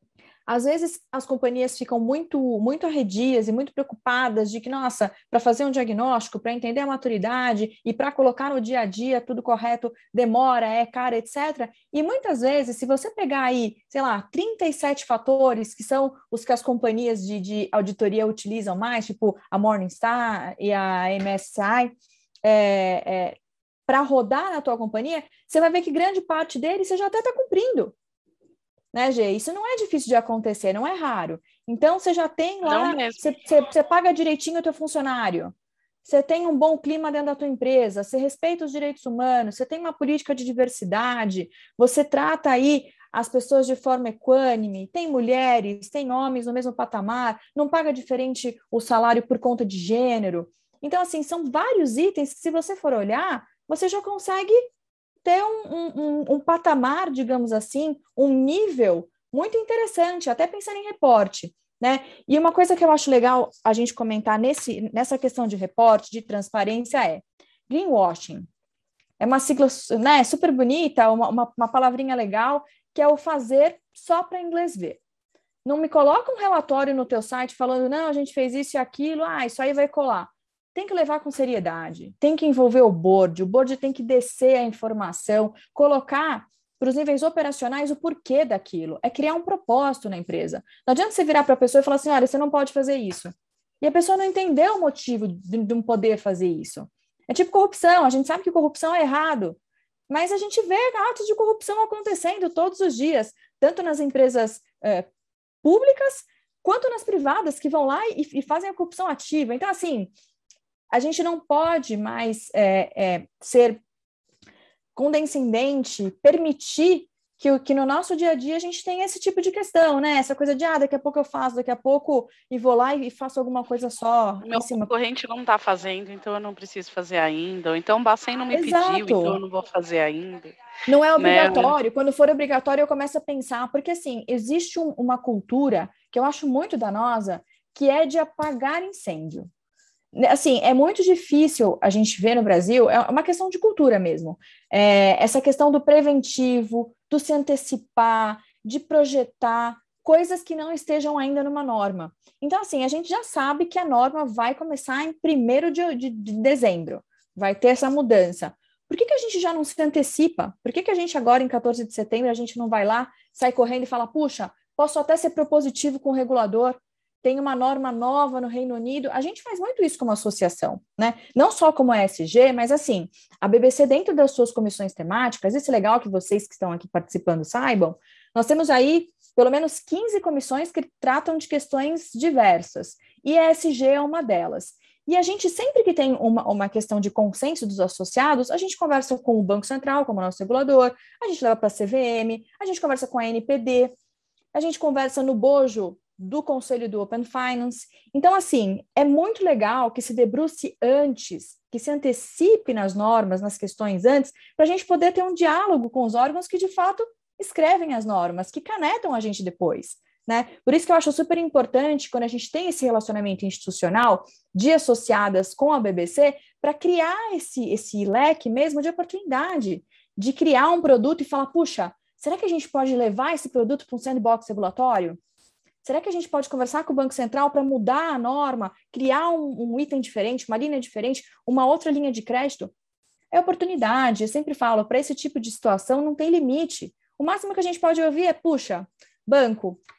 às vezes as companhias ficam muito, muito arredias e muito preocupadas de que, nossa, para fazer um diagnóstico, para entender a maturidade e para colocar no dia a dia tudo correto, demora, é caro, etcétera. E muitas vezes, se você pegar aí, sei lá, trinta e sete fatores, que são os que as companhias de, de auditoria utilizam mais, tipo a Morningstar e a M S C I, é, é, para rodar na tua companhia, você vai ver que grande parte deles você já até está cumprindo. Né, Gê? Isso não é difícil de acontecer, não é raro. Então, você já tem lá, você, você, você paga direitinho o teu funcionário, você tem um bom clima dentro da tua empresa, você respeita os direitos humanos, você tem uma política de diversidade, você trata aí as pessoas de forma equânime, tem mulheres, tem homens no mesmo patamar, não paga diferente o salário por conta de gênero. Então, assim, são vários itens que, se você for olhar, você já consegue ter um, um, um patamar, digamos assim, um nível muito interessante, até pensando em reporte, né? E uma coisa que eu acho legal a gente comentar nesse, nessa questão de reporte, de transparência, é greenwashing. É uma sigla, né, super bonita, uma, uma, uma palavrinha legal, que é o fazer só para inglês ver. Não me coloca um relatório no teu site falando, não, a gente fez isso e aquilo, ah, isso aí vai colar. Tem que levar com seriedade, tem que envolver o board, o board tem que descer a informação, colocar para os níveis operacionais o porquê daquilo, é criar um propósito na empresa. Não adianta você virar para a pessoa e falar assim, olha, você não pode fazer isso. E a pessoa não entendeu o motivo de, de não poder fazer isso. É tipo corrupção, a gente sabe que corrupção é errado, mas a gente vê atos de corrupção acontecendo todos os dias, tanto nas empresas é, públicas, quanto nas privadas, que vão lá e, e fazem a corrupção ativa. Então, assim, a gente não pode mais é, é, ser condescendente, permitir que, que no nosso dia a dia a gente tenha esse tipo de questão, né? Essa coisa de, ah, daqui a pouco eu faço, daqui a pouco e vou lá e faço alguma coisa só. O meu concorrente não está fazendo, então eu não preciso fazer ainda. Ou então o Bacen não me Exato. pediu, então eu não vou fazer ainda. Não é obrigatório. Né? Quando for obrigatório, eu começo a pensar, porque assim, existe um, uma cultura que eu acho muito danosa, que é de apagar incêndio. Assim, é muito difícil a gente ver no Brasil, é uma questão de cultura mesmo, é, essa questão do preventivo, do se antecipar, de projetar coisas que não estejam ainda numa norma. Então, assim, a gente já sabe que a norma vai começar em primeiro de, de, de dezembro, vai ter essa mudança. Por que, que a gente já não se antecipa? Por que, que a gente agora, em quatorze de setembro, a gente não vai lá, sai correndo e fala, puxa, posso até ser propositivo com o regulador, tem uma norma nova no Reino Unido, a gente faz muito isso como associação, né? Não só como E S G, mas assim, a B B C dentro das suas comissões temáticas, isso é legal que vocês que estão aqui participando saibam, nós temos aí pelo menos quinze comissões que tratam de questões diversas, e a E S G é uma delas. E a gente, sempre que tem uma, uma questão de consenso dos associados, a gente conversa com o Banco Central, como nosso regulador, a gente leva para a C V M, a gente conversa com a N P D, a gente conversa no bojo do Conselho do Open Finance. Então, assim, é muito legal que se debruce antes, que se antecipe nas normas, nas questões antes, para a gente poder ter um diálogo com os órgãos que, de fato, escrevem as normas, que canetam a gente depois, né? Por isso que eu acho super importante, quando a gente tem esse relacionamento institucional de associadas com a B B C, para criar esse, esse leque mesmo de oportunidade, de criar um produto e falar, puxa, será que a gente pode levar esse produto para um sandbox regulatório? Será que a gente pode conversar com o Banco Central para mudar a norma, criar um, um item diferente, uma linha diferente, uma outra linha de crédito? É oportunidade, eu sempre falo, para esse tipo de situação não tem limite. O máximo que a gente pode ouvir é, puxa, banco,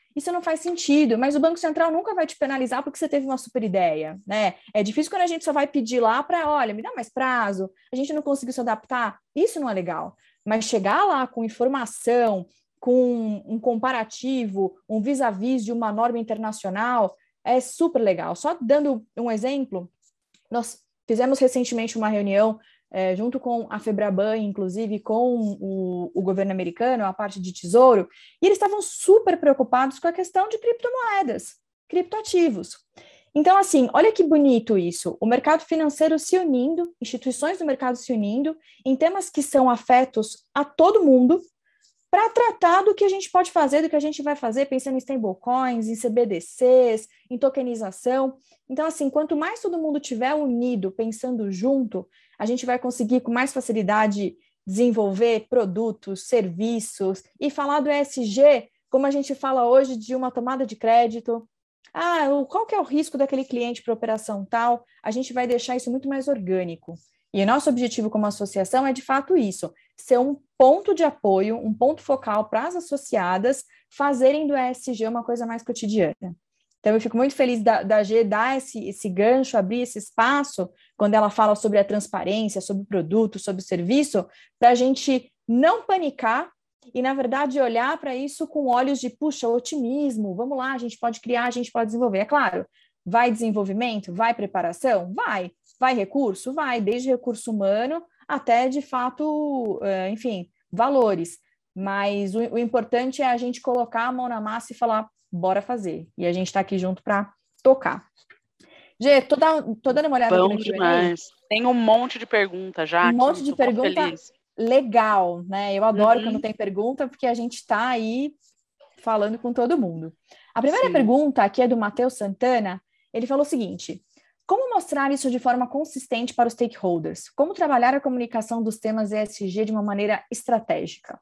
Isso não faz sentido, mas o Banco Central nunca vai te penalizar porque você teve uma super ideia, né? É difícil quando a gente só vai pedir lá para, olha, me dá mais prazo, a gente não conseguiu se adaptar, isso não é legal. Mas chegar lá com informação, com um comparativo, um vis-a-vis de uma norma internacional, é super legal. Só dando um exemplo, nós fizemos recentemente uma reunião É, junto com a Febraban, inclusive com o, o governo americano, a parte de tesouro, e eles estavam super preocupados com a questão de criptomoedas, criptoativos. Então, assim, olha que bonito isso, o mercado financeiro se unindo, instituições do mercado se unindo, em temas que são afetos a todo mundo, para tratar do que a gente pode fazer, do que a gente vai fazer, pensando em stablecoins, em C B D Cs, em tokenização. Então, assim, quanto mais todo mundo estiver unido, pensando junto, a gente vai conseguir com mais facilidade desenvolver produtos, serviços e falar do E S G, como a gente fala hoje de uma tomada de crédito. Ah, qual que é o risco daquele cliente para operação tal? A gente vai deixar isso muito mais orgânico. E o nosso objetivo como associação é, de fato, isso, ser um ponto de apoio, um ponto focal para as associadas fazerem do E S G uma coisa mais cotidiana. Então, eu fico muito feliz da, da G dar esse, esse gancho, abrir esse espaço, quando ela fala sobre a transparência, sobre o produto, sobre o serviço, para a gente não panicar e, na verdade, olhar para isso com olhos de, puxa, otimismo, vamos lá, a gente pode criar, a gente pode desenvolver. É claro, vai desenvolvimento, vai preparação? Vai. Vai recurso? Vai, desde recurso humano até, de fato, enfim, valores. Mas o, o importante é a gente colocar a mão na massa e falar, bora fazer. E a gente está aqui junto para tocar. Gê, tô, tô dando uma olhada Bom aqui no Q and A. demais. Tem um monte de pergunta já. Um aqui, monte de pergunta feliz. Legal, né? Eu adoro Uhum. quando tem pergunta, porque a gente está aí falando com todo mundo. A primeira Sim. pergunta aqui é do Matheus Santana. Ele falou o seguinte: como mostrar isso de forma consistente para os stakeholders? Como trabalhar a comunicação dos temas E S G de uma maneira estratégica?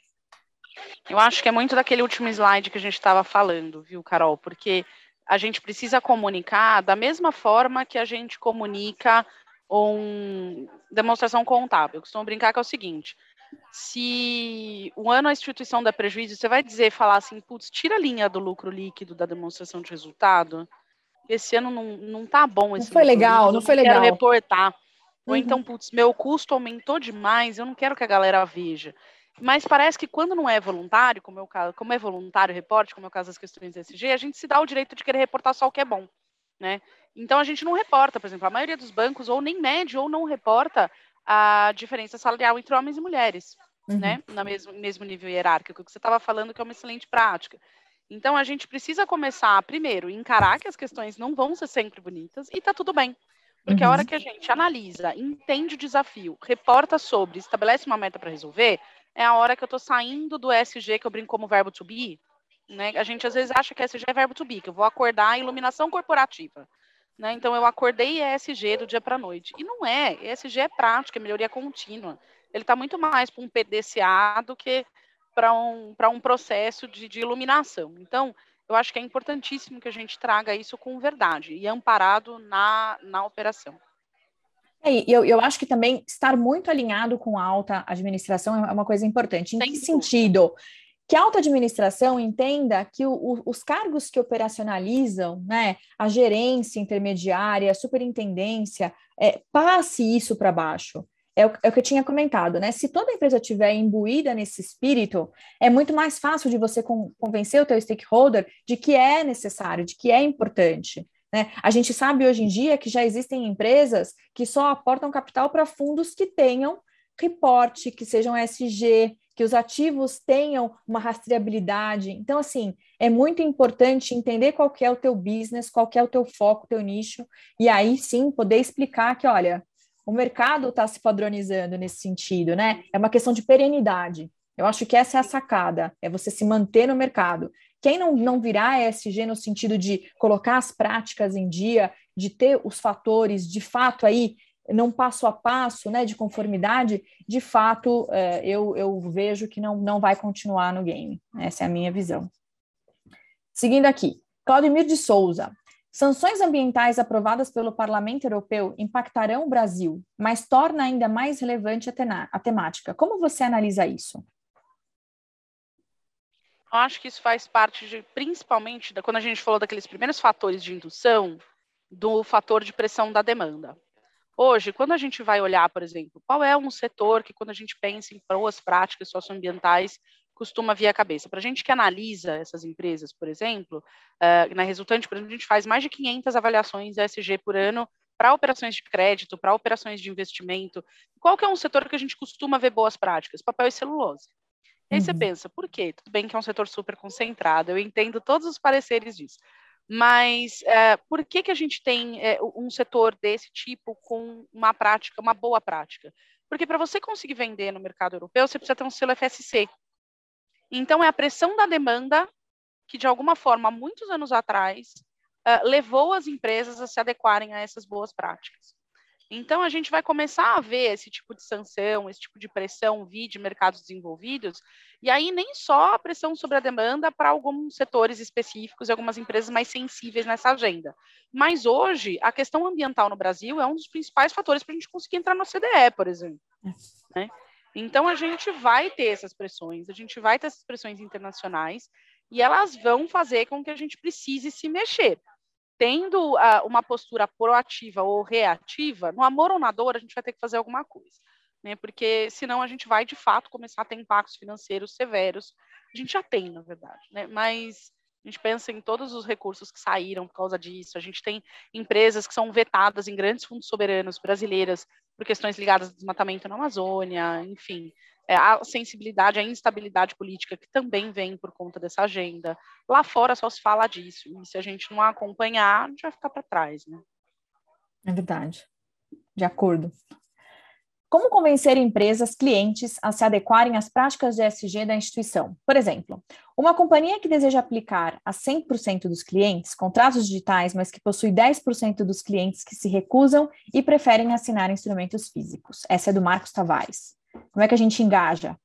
Eu acho que é muito daquele último slide que a gente estava falando, viu, Carol? Porque a gente precisa comunicar da mesma forma que a gente comunica uma demonstração contábil. Eu costumo brincar que é o seguinte: se um ano a instituição dá prejuízo, você vai dizer, falar assim, putz, tira a linha do lucro líquido da demonstração de resultado? Esse ano não, não tá bom esse Não foi lucro legal, líquido, não eu foi não quero legal. reportar. Ou Uhum. então, putz, meu custo aumentou demais, eu não quero que a galera veja. Mas parece que quando não é voluntário, como é, o caso, como é voluntário o reporte, como é o caso das questões E S G, a gente se dá o direito de querer reportar só o que é bom, né? Então a gente não reporta, por exemplo, a maioria dos bancos ou nem mede ou não reporta a diferença salarial entre homens e mulheres, uhum. né? No mesmo, mesmo nível hierárquico, que você estava falando que é uma excelente prática. Então a gente precisa começar, primeiro, encarar que as questões não vão ser sempre bonitas e tá tudo bem. Porque uhum. a hora que a gente analisa, entende o desafio, reporta sobre, estabelece uma meta para resolver, é a hora que eu estou saindo do E S G, que eu brinco como verbo to be, né? A gente às vezes acha que E S G é verbo to be, que eu vou acordar a iluminação corporativa. Né? Então eu acordei E S G do dia para a noite. E não é, E S G é prática, é melhoria contínua. Ele está muito mais para um P D C A do que para um, para um processo de, de iluminação. Então, eu acho que é importantíssimo que a gente traga isso com verdade e amparado na, na operação. É, eu, eu acho que também estar muito alinhado com a alta administração é uma coisa importante. Em Sem que dúvida. Sentido? Que a alta administração entenda que o, o, os cargos que operacionalizam, né, a gerência intermediária, a superintendência, é, passe isso para baixo. É o, é o que eu tinha comentado, né? Se toda empresa estiver imbuída nesse espírito, é muito mais fácil de você con- convencer o teu stakeholder de que é necessário, de que é importante. Né? A gente sabe hoje em dia que já existem empresas que só aportam capital para fundos que tenham reporte, que sejam E S G, que os ativos tenham uma rastreabilidade. Então, assim, é muito importante entender qual que é o teu business, qual que é o teu foco, o teu nicho, e aí sim poder explicar que, olha, o mercado está se padronizando nesse sentido, né? É uma questão de perenidade. Eu acho que essa é a sacada, é você se manter no mercado. Quem não, não virá E S G no sentido de colocar as práticas em dia, de ter os fatores, de fato, aí, num passo a passo, né, de conformidade, de fato, é, eu, eu vejo que não, não vai continuar no game. Essa é a minha visão. Seguindo aqui, Claudemir de Souza. Sanções ambientais aprovadas pelo Parlamento Europeu impactarão o Brasil, mas torna ainda mais relevante a, tena- a temática. Como você analisa isso? Eu acho que isso faz parte, de, principalmente, da, quando a gente falou daqueles primeiros fatores de indução, do fator de pressão da demanda. Hoje, quando a gente vai olhar, por exemplo, qual é um setor que, quando a gente pensa em boas práticas socioambientais, costuma vir à cabeça? Para a gente que analisa essas empresas, por exemplo, uh, na Resultante, por exemplo, a gente faz mais de quinhentas avaliações E S G por ano para operações de crédito, para operações de investimento. Qual que é um setor que a gente costuma ver boas práticas? Papel e celulose. E aí uhum. Você pensa, por quê? Tudo bem que é um setor super concentrado, eu entendo todos os pareceres disso. Mas é, por que, que a gente tem é, um setor desse tipo com uma prática, uma boa prática? Porque para você conseguir vender no mercado europeu, você precisa ter um selo F S C. Então, é a pressão da demanda que, de alguma forma, há muitos anos atrás, uh, levou as empresas a se adequarem a essas boas práticas. Então, a gente vai começar a ver esse tipo de sanção, esse tipo de pressão vir de mercados desenvolvidos, e aí nem só a pressão sobre a demanda para alguns setores específicos e algumas empresas mais sensíveis nessa agenda. Mas hoje, a questão ambiental no Brasil é um dos principais fatores para a gente conseguir entrar no O C D E, por exemplo. Né? Então, a gente vai ter essas pressões, a gente vai ter essas pressões internacionais, e elas vão fazer com que a gente precise se mexer. Tendo uh, uma postura proativa ou reativa, no amor ou na dor, a gente vai ter que fazer alguma coisa, né? Porque senão a gente vai, de fato, começar a ter impactos financeiros severos. A gente já tem, na verdade, né? Mas a gente pensa em todos os recursos que saíram por causa disso. A gente tem empresas que são vetadas em grandes fundos soberanos brasileiras por questões ligadas ao desmatamento na Amazônia, enfim. É, a sensibilidade, a instabilidade política que também vem por conta dessa agenda. Lá fora só se fala disso, e se a gente não acompanhar, a gente vai ficar para trás, né? É verdade. De acordo. Como convencer empresas, clientes a se adequarem às práticas de E S G da instituição? Por exemplo, uma companhia que deseja aplicar a cem por cento dos clientes contratos digitais, mas que possui dez por cento dos clientes que se recusam e preferem assinar instrumentos físicos. Essa é do Marcos Tavares. Como é que a gente engaja?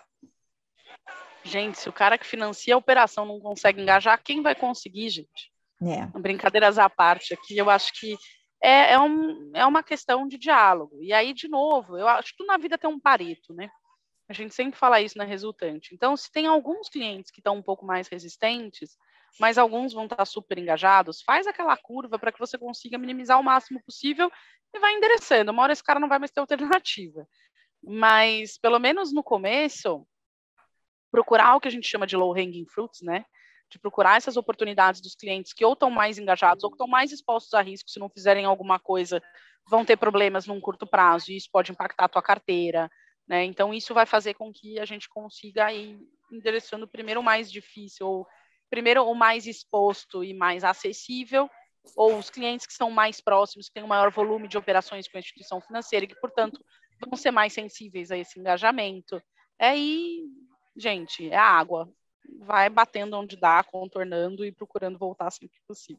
Gente, se o cara que financia a operação não consegue engajar, quem vai conseguir, gente? É. Brincadeiras à parte aqui, eu acho que é, é, um, é uma questão de diálogo. E aí, de novo, eu acho que tudo na vida tem um pareto, né? A gente sempre fala isso na Resultante. Então, se tem alguns clientes que estão um pouco mais resistentes, mas alguns vão estar super engajados, faz aquela curva para que você consiga minimizar o máximo possível e vai endereçando. Uma hora esse cara não vai mais ter alternativa. Mas, pelo menos no começo, procurar o que a gente chama de low-hanging fruits, né? De procurar essas oportunidades dos clientes que ou estão mais engajados ou que estão mais expostos a risco, se não fizerem alguma coisa, vão ter problemas num curto prazo, e isso pode impactar a tua carteira, né? Então, isso vai fazer com que a gente consiga ir endereçando primeiro o mais difícil, ou primeiro o mais exposto e mais acessível, ou os clientes que são mais próximos, que têm um maior volume de operações com a instituição financeira e que, portanto, vão ser mais sensíveis a esse engajamento. É aí, gente, é a água. Vai batendo onde dá, contornando e procurando voltar sempre que possível.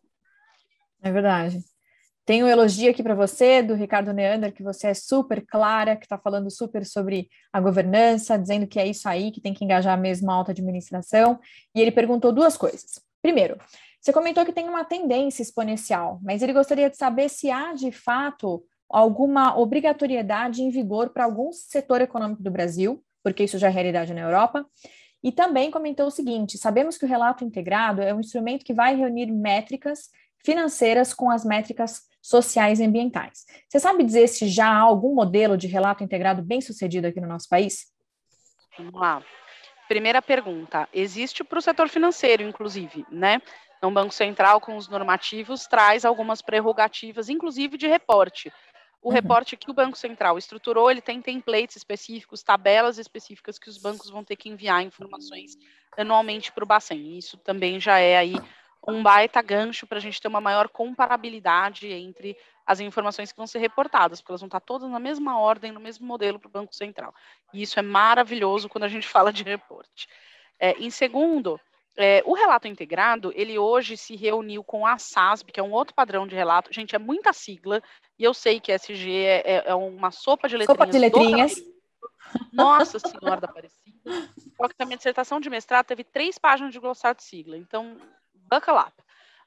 É verdade. Tem um elogio aqui para você, do Ricardo Neander, que você é super clara, que está falando super sobre a governança, dizendo que é isso aí, que tem que engajar mesmo a alta administração. E ele perguntou duas coisas. Primeiro, você comentou que tem uma tendência exponencial, mas ele gostaria de saber se há, de fato, alguma obrigatoriedade em vigor para algum setor econômico do Brasil, porque isso já é realidade na Europa. E também comentou o seguinte: sabemos que o relato integrado é um instrumento que vai reunir métricas financeiras com as métricas sociais e ambientais. Você sabe dizer se já há algum modelo de relato integrado bem sucedido aqui no nosso país? Vamos lá. Primeira pergunta, existe para o setor financeiro, inclusive, né? Então, o Banco Central, com os normativos, traz algumas prerrogativas, inclusive de reporte. O uhum. reporte que o Banco Central estruturou, ele tem templates específicos, tabelas específicas que os bancos vão ter que enviar informações anualmente para o Bacen. Isso também já é aí um baita gancho para a gente ter uma maior comparabilidade entre as informações que vão ser reportadas, porque elas vão estar todas na mesma ordem, no mesmo modelo para o Banco Central. E isso é maravilhoso quando a gente fala de reporte. É, em segundo, é, o relato integrado, ele hoje se reuniu com a S A S B, que é um outro padrão de relato. Gente, é muita sigla, e eu sei que S G é, é uma sopa de letrinhas. Sopa de letrinhas. Nossa Senhora da Aparecida. Só que a minha dissertação de mestrado teve três páginas de glossário de sigla, então, buckle up.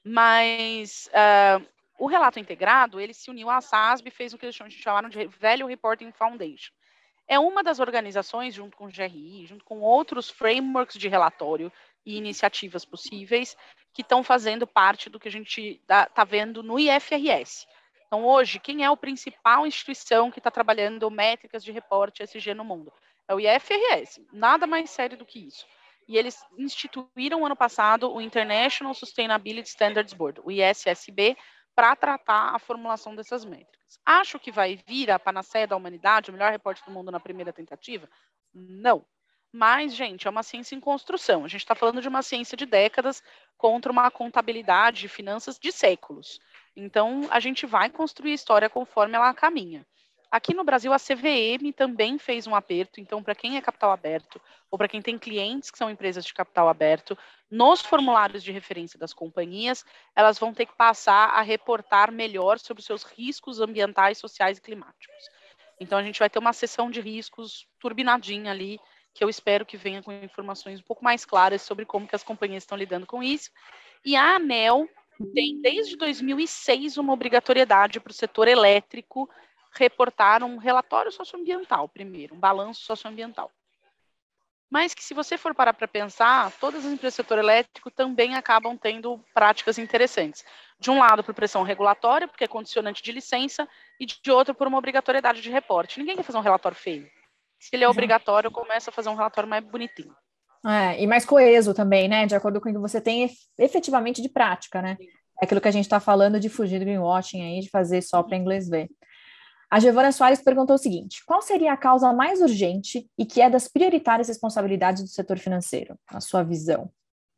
Mas uh, o relato integrado, ele se uniu à S A S B e fez o que eles chamaram de Value Reporting Foundation. É uma das organizações, junto com o G R I, junto com outros frameworks de relatório, e iniciativas possíveis que estão fazendo parte do que a gente está vendo no I F R S. Então, hoje, quem é a principal instituição que está trabalhando métricas de reporte E S G no mundo? É o I F R S, nada mais sério do que isso. E eles instituíram ano passado o International Sustainability Standards Board, o I S S B, para tratar a formulação dessas métricas. Acho que vai vir a panaceia da humanidade, o melhor reporte do mundo na primeira tentativa? Não. Mas, gente, é uma ciência em construção. A gente está falando de uma ciência de décadas contra uma contabilidade de finanças de séculos. Então, a gente vai construir a história conforme ela caminha. Aqui no Brasil, a C V M também fez um aperto. Então, para quem é capital aberto, ou para quem tem clientes que são empresas de capital aberto, nos formulários de referência das companhias, elas vão ter que passar a reportar melhor sobre os seus riscos ambientais, sociais e climáticos. Então, a gente vai ter uma seção de riscos turbinadinha ali, que eu espero que venha com informações um pouco mais claras sobre como que as companhias estão lidando com isso. E a ANEEL tem, desde dois mil e seis, uma obrigatoriedade para o setor elétrico reportar um relatório socioambiental primeiro, um balanço socioambiental. Mas que, se você for parar para pensar, todas as empresas do setor elétrico também acabam tendo práticas interessantes. De um lado, por pressão regulatória, porque é condicionante de licença, e de outro, por uma obrigatoriedade de reporte. Ninguém quer fazer um relatório feio. Se ele é obrigatório, começa a fazer um relatório mais bonitinho. É, e mais coeso também, né? De acordo com o que você tem efetivamente de prática, né? É aquilo que a gente está falando de fugir do greenwashing aí, de fazer só para inglês ver. A Giovana Soares perguntou o seguinte: qual seria a causa mais urgente e que é das prioritárias responsabilidades do setor financeiro, na sua visão?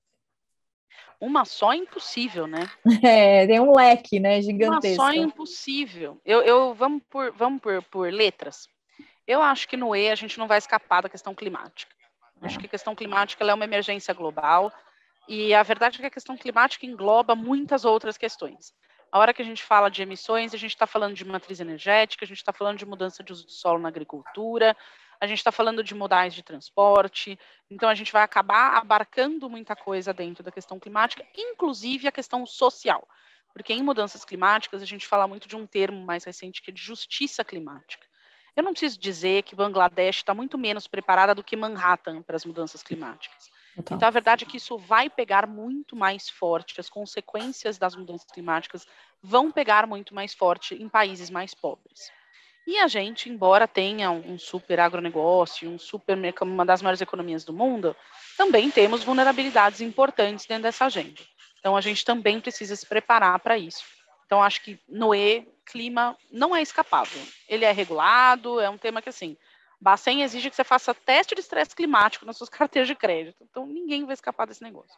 Uma só é impossível, né? É, tem um leque, né, gigantesco. Uma só é impossível. Eu, eu, vamos por, vamos por, por letras. Eu acho que no E a gente não vai escapar da questão climática. É. Acho que a questão climática ela é uma emergência global e a verdade é que a questão climática engloba muitas outras questões. A hora que a gente fala de emissões, a gente está falando de matriz energética, a gente está falando de mudança de uso do solo na agricultura, a gente está falando de modais de transporte, então a gente vai acabar abarcando muita coisa dentro da questão climática, inclusive a questão social, porque em mudanças climáticas a gente fala muito de um termo mais recente que é de justiça climática. Eu não preciso dizer que Bangladesh está muito menos preparada do que Manhattan para as mudanças climáticas. Então. então, a verdade é que isso vai pegar muito mais forte, as consequências das mudanças climáticas vão pegar muito mais forte em países mais pobres. E a gente, embora tenha um super agronegócio, um super, uma das maiores economias do mundo, também temos vulnerabilidades importantes dentro dessa agenda. Então, a gente também precisa se preparar para isso. Então, acho que no E, clima não é escapável. Ele é regulado, é um tema que, assim, Bacen exige que você faça teste de estresse climático nas suas carteiras de crédito. Então, ninguém vai escapar desse negócio.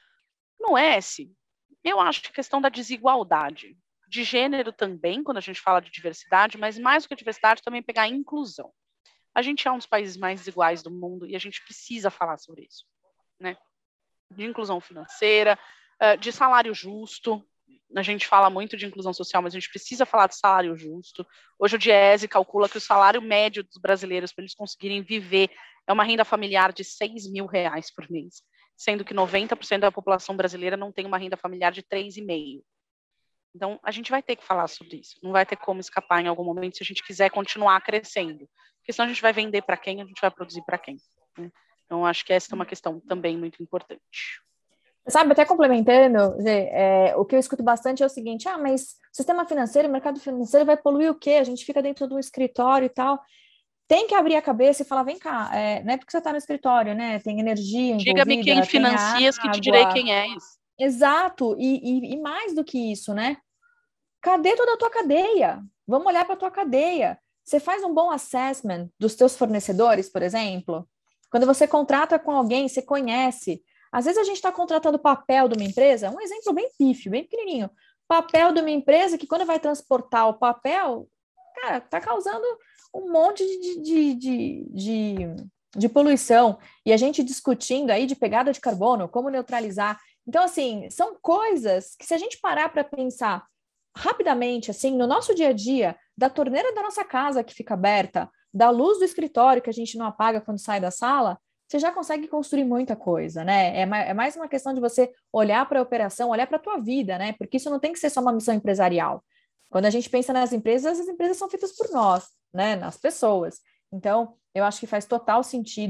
No S, eu acho que a questão da desigualdade, de gênero também, quando a gente fala de diversidade, mas mais do que a diversidade, também pegar a inclusão. A gente é um dos países mais desiguais do mundo e a gente precisa falar sobre isso, né? De inclusão financeira, de salário justo. A gente fala muito de inclusão social, mas a gente precisa falar de salário justo. Hoje o Diese calcula que o salário médio dos brasileiros, para eles conseguirem viver, é uma renda familiar de seis mil reais por mês, sendo que noventa por cento da população brasileira não tem uma renda familiar de três vírgula cinco. Então, a gente vai ter que falar sobre isso. Não vai ter como escapar em algum momento se a gente quiser continuar crescendo. Porque senão a gente vai vender para quem, a gente vai produzir para quem. Né? Então, acho que essa é uma questão também muito importante. Sabe, até complementando, é, o que eu escuto bastante é o seguinte: ah, mas o sistema financeiro, o mercado financeiro vai poluir o quê? A gente fica dentro de um escritório e tal. Tem que abrir a cabeça e falar, vem cá, é, não é porque você está no escritório, né? Tem energia envolvida. Diga-me quem financia, que te direi quem é isso. Exato, e, e, e mais do que isso, né? Cadê toda a tua cadeia? Vamos olhar para a tua cadeia. Você faz um bom assessment dos teus fornecedores, por exemplo? Quando você contrata com alguém, você conhece. Às vezes a gente está contratando papel de uma empresa, um exemplo bem pífio, bem pequenininho. Papel de uma empresa que quando vai transportar o papel, cara, está causando um monte de, de, de, de, de poluição. E a gente discutindo aí de pegada de carbono, como neutralizar. Então, assim, são coisas que se a gente parar para pensar rapidamente, assim, no nosso dia a dia, da torneira da nossa casa que fica aberta, da luz do escritório que a gente não apaga quando sai da sala, você já consegue construir muita coisa, né? É mais uma questão de você olhar para a operação, olhar para a tua vida, né? Porque isso não tem que ser só uma missão empresarial. Quando a gente pensa nas empresas, as empresas são feitas por nós, né? Nas pessoas. Então, eu acho que faz total sentido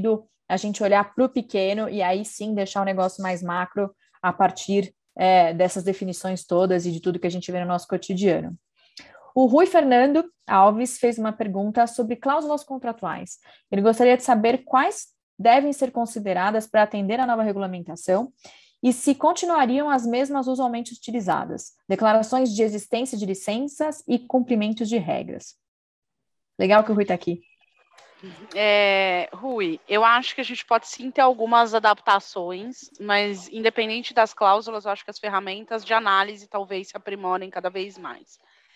a gente olhar para o pequeno e aí sim deixar o negócio mais macro a partir é, dessas definições todas e de tudo que a gente vê no nosso cotidiano. O Rui Fernando Alves fez uma pergunta sobre cláusulas contratuais. Ele gostaria de saber quais devem ser consideradas para atender à nova regulamentação e se continuariam as mesmas usualmente utilizadas, declarações de existência de licenças e cumprimentos de regras. Legal que o Rui está aqui. É, Rui, eu acho que a gente pode sim ter algumas adaptações, mas independente das cláusulas, eu acho que as ferramentas de análise talvez se aprimorem cada vez mais.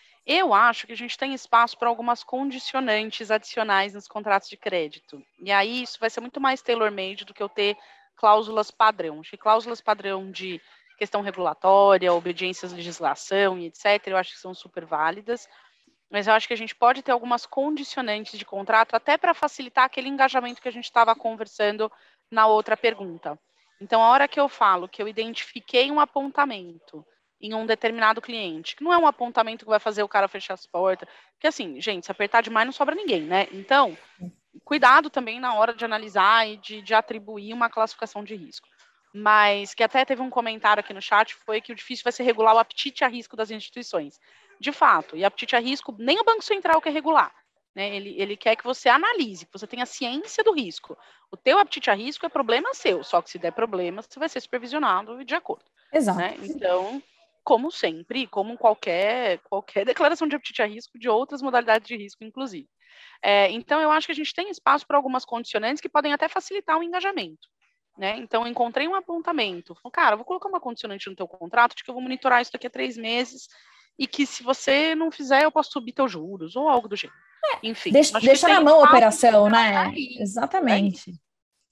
Eu acho que a gente tem espaço para algumas condicionantes adicionais nos contratos de crédito. E aí isso vai ser muito mais tailor-made do que eu ter cláusulas padrão. Acho que cláusulas padrão de questão regulatória, obediência à legislação e etcétera, eu acho que são super válidas. Mas eu acho que a gente pode ter algumas condicionantes de contrato até para facilitar aquele engajamento que a gente estava conversando na outra pergunta. Então, a hora que eu falo que eu identifiquei um apontamento em um determinado cliente, que não é um apontamento que vai fazer o cara fechar as portas, porque assim, gente, se apertar demais não sobra ninguém, né? Então, cuidado também na hora de analisar e de, de atribuir uma classificação de risco. Mas, que até teve um comentário aqui no chat, foi que o difícil vai ser regular o apetite a risco das instituições. De fato, e apetite a risco, nem o Banco Central quer regular. Né? Ele, ele quer que você analise, que você tenha ciência do risco. O teu apetite a risco é problema seu, só que se der problema, você vai ser supervisionado e de acordo. Exato. Né? Então, como sempre, como qualquer, qualquer declaração de apetite a risco, de outras modalidades de risco, inclusive. É, então, eu acho que a gente tem espaço para algumas condicionantes que podem até facilitar o engajamento. Né? Então, encontrei um apontamento. Falei, cara, vou colocar uma condicionante no teu contrato de que eu vou monitorar isso daqui a três meses e que se você não fizer, eu posso subir teus juros ou algo do gênero. É, Enfim. Deixa, deixa na mão a operação, né? Aí, Exatamente. Aí.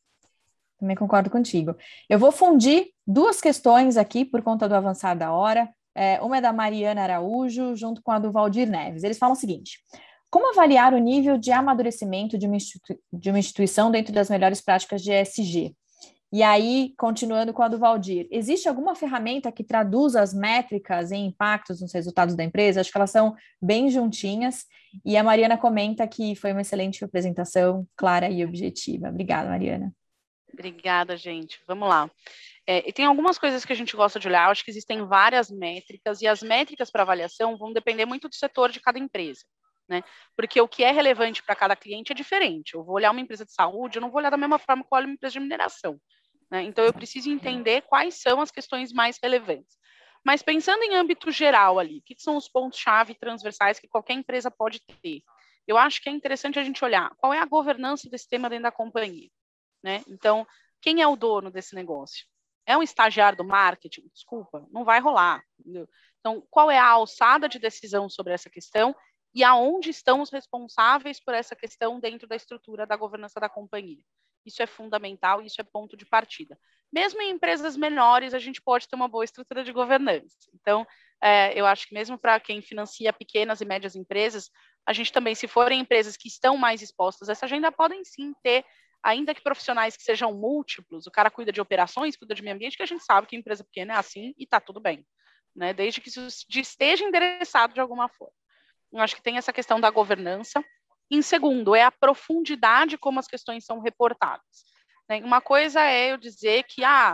Também concordo contigo. Eu vou fundir duas questões aqui por conta do avançar da hora. É, uma é da Mariana Araújo, junto com a do Valdir Neves. Eles falam o seguinte: como avaliar o nível de amadurecimento de uma, institui- de uma instituição dentro das melhores práticas de E S G? E aí, continuando com a do Valdir, existe alguma ferramenta que traduza as métricas em impactos nos resultados da empresa? Acho que elas são bem juntinhas. E a Mariana comenta que foi uma excelente apresentação, clara e objetiva. Obrigada, Mariana. Obrigada, gente. Vamos lá. É, e tem algumas coisas que a gente gosta de olhar. Eu acho que existem várias métricas, e as métricas para avaliação vão depender muito do setor de cada empresa. Né? Porque o que é relevante para cada cliente é diferente. Eu vou olhar uma empresa de saúde, eu não vou olhar da mesma forma que eu olho uma empresa de mineração. Né? Então, eu preciso entender quais são as questões mais relevantes. Mas pensando em âmbito geral ali, o que são os pontos-chave transversais que qualquer empresa pode ter? Eu acho que é interessante a gente olhar qual é a governança desse tema dentro da companhia. Né? Então, quem é o dono desse negócio? É um estagiário do marketing? Desculpa, não vai rolar. Entendeu? Então, qual é a alçada de decisão sobre essa questão e aonde estão os responsáveis por essa questão dentro da estrutura da governança da companhia? Isso é fundamental, isso é ponto de partida. Mesmo em empresas menores, a gente pode ter uma boa estrutura de governança. Então, é, eu acho que mesmo para quem financia pequenas e médias empresas, a gente também, se forem empresas que estão mais expostas a essa agenda, podem sim ter, ainda que profissionais que sejam múltiplos, o cara cuida de operações, cuida de meio ambiente, que a gente sabe que a empresa pequena é assim e está tudo bem, né? Desde que isso esteja endereçado de alguma forma. Eu acho que tem essa questão da governança. Em segundo, é a profundidade como as questões são reportadas. Né? Uma coisa é eu dizer que, ah,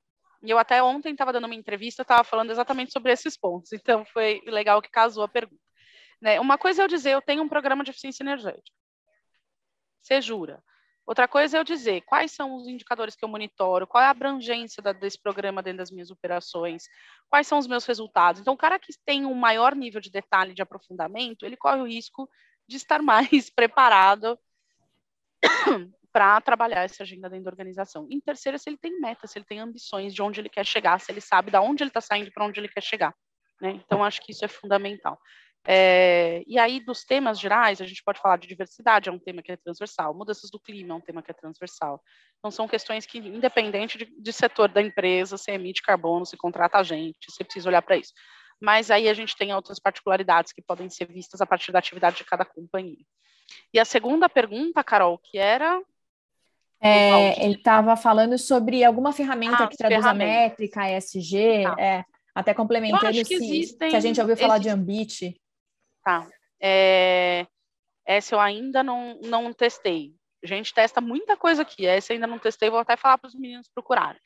eu até ontem estava dando uma entrevista, estava falando exatamente sobre esses pontos, então foi legal que casou a pergunta. Né? Uma coisa é eu dizer, eu tenho um programa de eficiência energética. Você jura? Outra coisa é eu dizer quais são os indicadores que eu monitoro, qual é a abrangência da, desse programa dentro das minhas operações, quais são os meus resultados. Então, o cara que tem um maior nível de detalhe, de aprofundamento, ele corre o risco de estar mais preparado para trabalhar essa agenda dentro da organização. Em terceiro, se ele tem metas, se ele tem ambições de onde ele quer chegar, se ele sabe de onde ele está saindo para onde ele quer chegar. Né? Então, acho que isso é fundamental. É, e aí, dos temas gerais, a gente pode falar de diversidade, é um tema que é transversal, mudanças do clima é um tema que é transversal. Então, são questões que, independente de, de setor da empresa, se emite carbono, se contrata a gente, você precisa olhar para isso. Mas aí a gente tem outras particularidades que podem ser vistas a partir da atividade de cada companhia. E a segunda pergunta, Carol, que era... É, ele estava falando sobre alguma ferramenta ah, que traduz a métrica, a E S G, tá. é, até complementando se, existem, se a gente já ouviu falar existe... de Ambit. Tá. É, essa eu ainda não, não testei. A gente testa muita coisa aqui, essa ainda não testei, vou até falar para os meninos procurarem.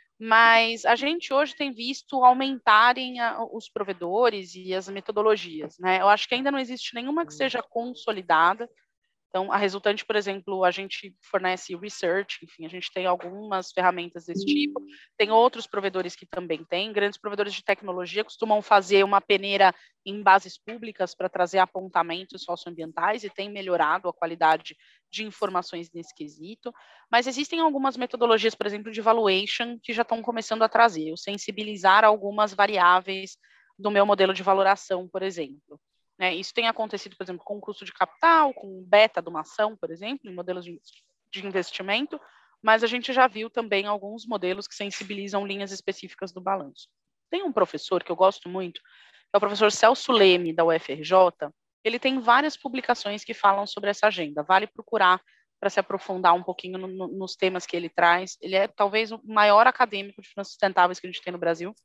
Mas a gente hoje tem visto aumentarem a, os provedores e as metodologias, né? Eu acho que ainda não existe nenhuma que seja consolidada. Então, a resultante, por exemplo, a gente fornece research, enfim, a gente tem algumas ferramentas desse tipo. Tem outros provedores que também têm. Grandes provedores de tecnologia costumam fazer uma peneira em bases públicas para trazer apontamentos socioambientais e tem melhorado a qualidade de informações nesse quesito. Mas existem algumas metodologias, por exemplo, de valuation, que já estão começando a trazer, o sensibilizar algumas variáveis do meu modelo de valoração, por exemplo. Né, isso tem acontecido, por exemplo, com o custo de capital, com o beta de uma ação, por exemplo, em modelos de, de investimento, mas a gente já viu também alguns modelos que sensibilizam linhas específicas do balanço. Tem um professor que eu gosto muito, que é o professor Celso Leme, da U F R J, ele tem várias publicações que falam sobre essa agenda, vale procurar para se aprofundar um pouquinho no, no, nos temas que ele traz. Ele é talvez o maior acadêmico de finanças sustentáveis que a gente tem no Brasil,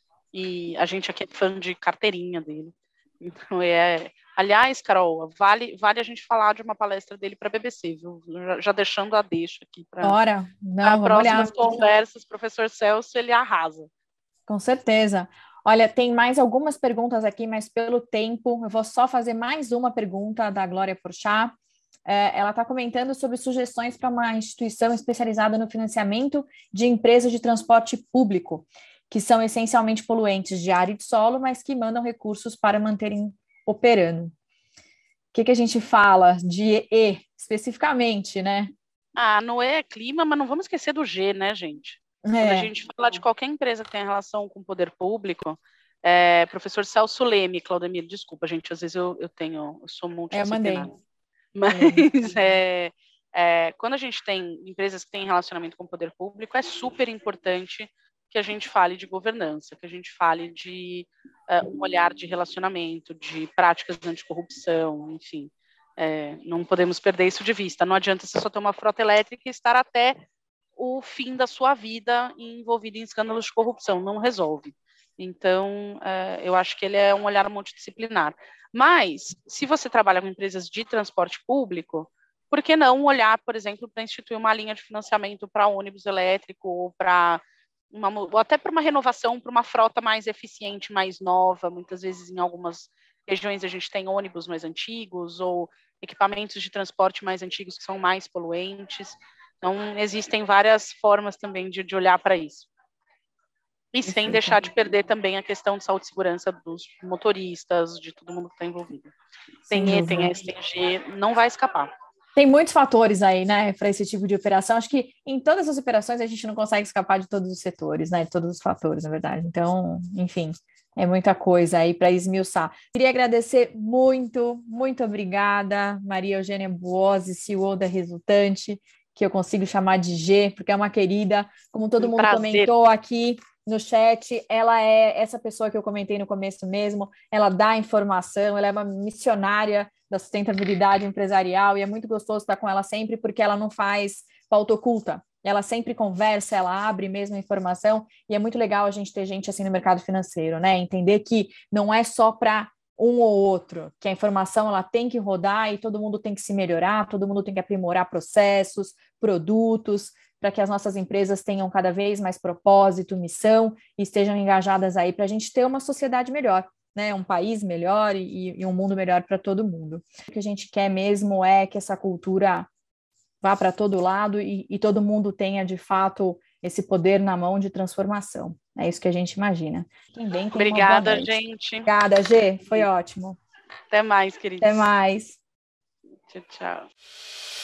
e a gente aqui é fã de carteirinha dele. Então, é... Aliás, Carol, vale, vale a gente falar de uma palestra dele para a B B C, viu? Já, já deixando a deixa aqui para próximas conversas. Professor Celso, ele arrasa. Com certeza. Olha, tem mais algumas perguntas aqui, mas pelo tempo, eu vou só fazer mais uma pergunta da Glória Porchat. É, ela está comentando sobre sugestões para uma instituição especializada no financiamento de empresas de transporte público, que são essencialmente poluentes de ar e de solo, mas que mandam recursos para manterem operando. O que, que a gente fala de E, especificamente, né? Ah, no E é clima, mas não vamos esquecer do G, né, gente? É. Quando a gente fala de qualquer empresa que tem relação com o poder público, é, professor Celso Leme, Claudemir, desculpa, gente, às vezes eu, eu tenho, eu sou multidisciplinar. Eu mandei. Mas é, é, quando a gente tem empresas que têm relacionamento com o poder público, é super importante que a gente fale de governança, que a gente fale de uh, um olhar de relacionamento, de práticas de anticorrupção, enfim. É, não podemos perder isso de vista. Não adianta você só ter uma frota elétrica e estar até o fim da sua vida envolvido em escândalos de corrupção. Não resolve. Então, uh, eu acho que ele é um olhar multidisciplinar. Mas, se você trabalha com empresas de transporte público, por que não olhar, por exemplo, para instituir uma linha de financiamento para ônibus elétrico ou para Uma, ou até para uma renovação, para uma frota mais eficiente, mais nova. Muitas vezes em algumas regiões a gente tem ônibus mais antigos ou equipamentos de transporte mais antigos que são mais poluentes. Então, existem várias formas também de, de olhar para isso. E sem deixar de perder também a questão de saúde e segurança dos motoristas, de todo mundo que está envolvido. Tem E, tem S, tem G, não vai escapar. Tem muitos fatores aí, né, para esse tipo de operação. Acho que em todas as operações a gente não consegue escapar de todos os setores, né, de todos os fatores, na verdade. Então, enfim, é muita coisa aí para esmiuçar. Queria agradecer muito, muito obrigada, Maria Eugênia Buozzi, C E O da Resultante, que eu consigo chamar de G, porque é uma querida, como todo um mundo prazer. Comentou aqui no chat, ela é essa pessoa que eu comentei no começo mesmo, ela dá informação, ela é uma missionária da sustentabilidade empresarial, e é muito gostoso estar com ela sempre, porque ela não faz pauta oculta, ela sempre conversa, ela abre mesmo a informação, e é muito legal a gente ter gente assim no mercado financeiro, né? Entender que não é só para um ou outro, que a informação ela tem que rodar e todo mundo tem que se melhorar, todo mundo tem que aprimorar processos, produtos, para que as nossas empresas tenham cada vez mais propósito, missão, e estejam engajadas aí para a gente ter uma sociedade melhor, né, um país melhor e, e um mundo melhor para todo mundo. O que a gente quer mesmo é que essa cultura vá para todo lado e, e todo mundo tenha, de fato, esse poder na mão de transformação. É isso que a gente imagina. Quem bem, Obrigada, gente. Obrigada, Gê. Foi ótimo. Até mais, queridos. Até mais. Tchau, tchau.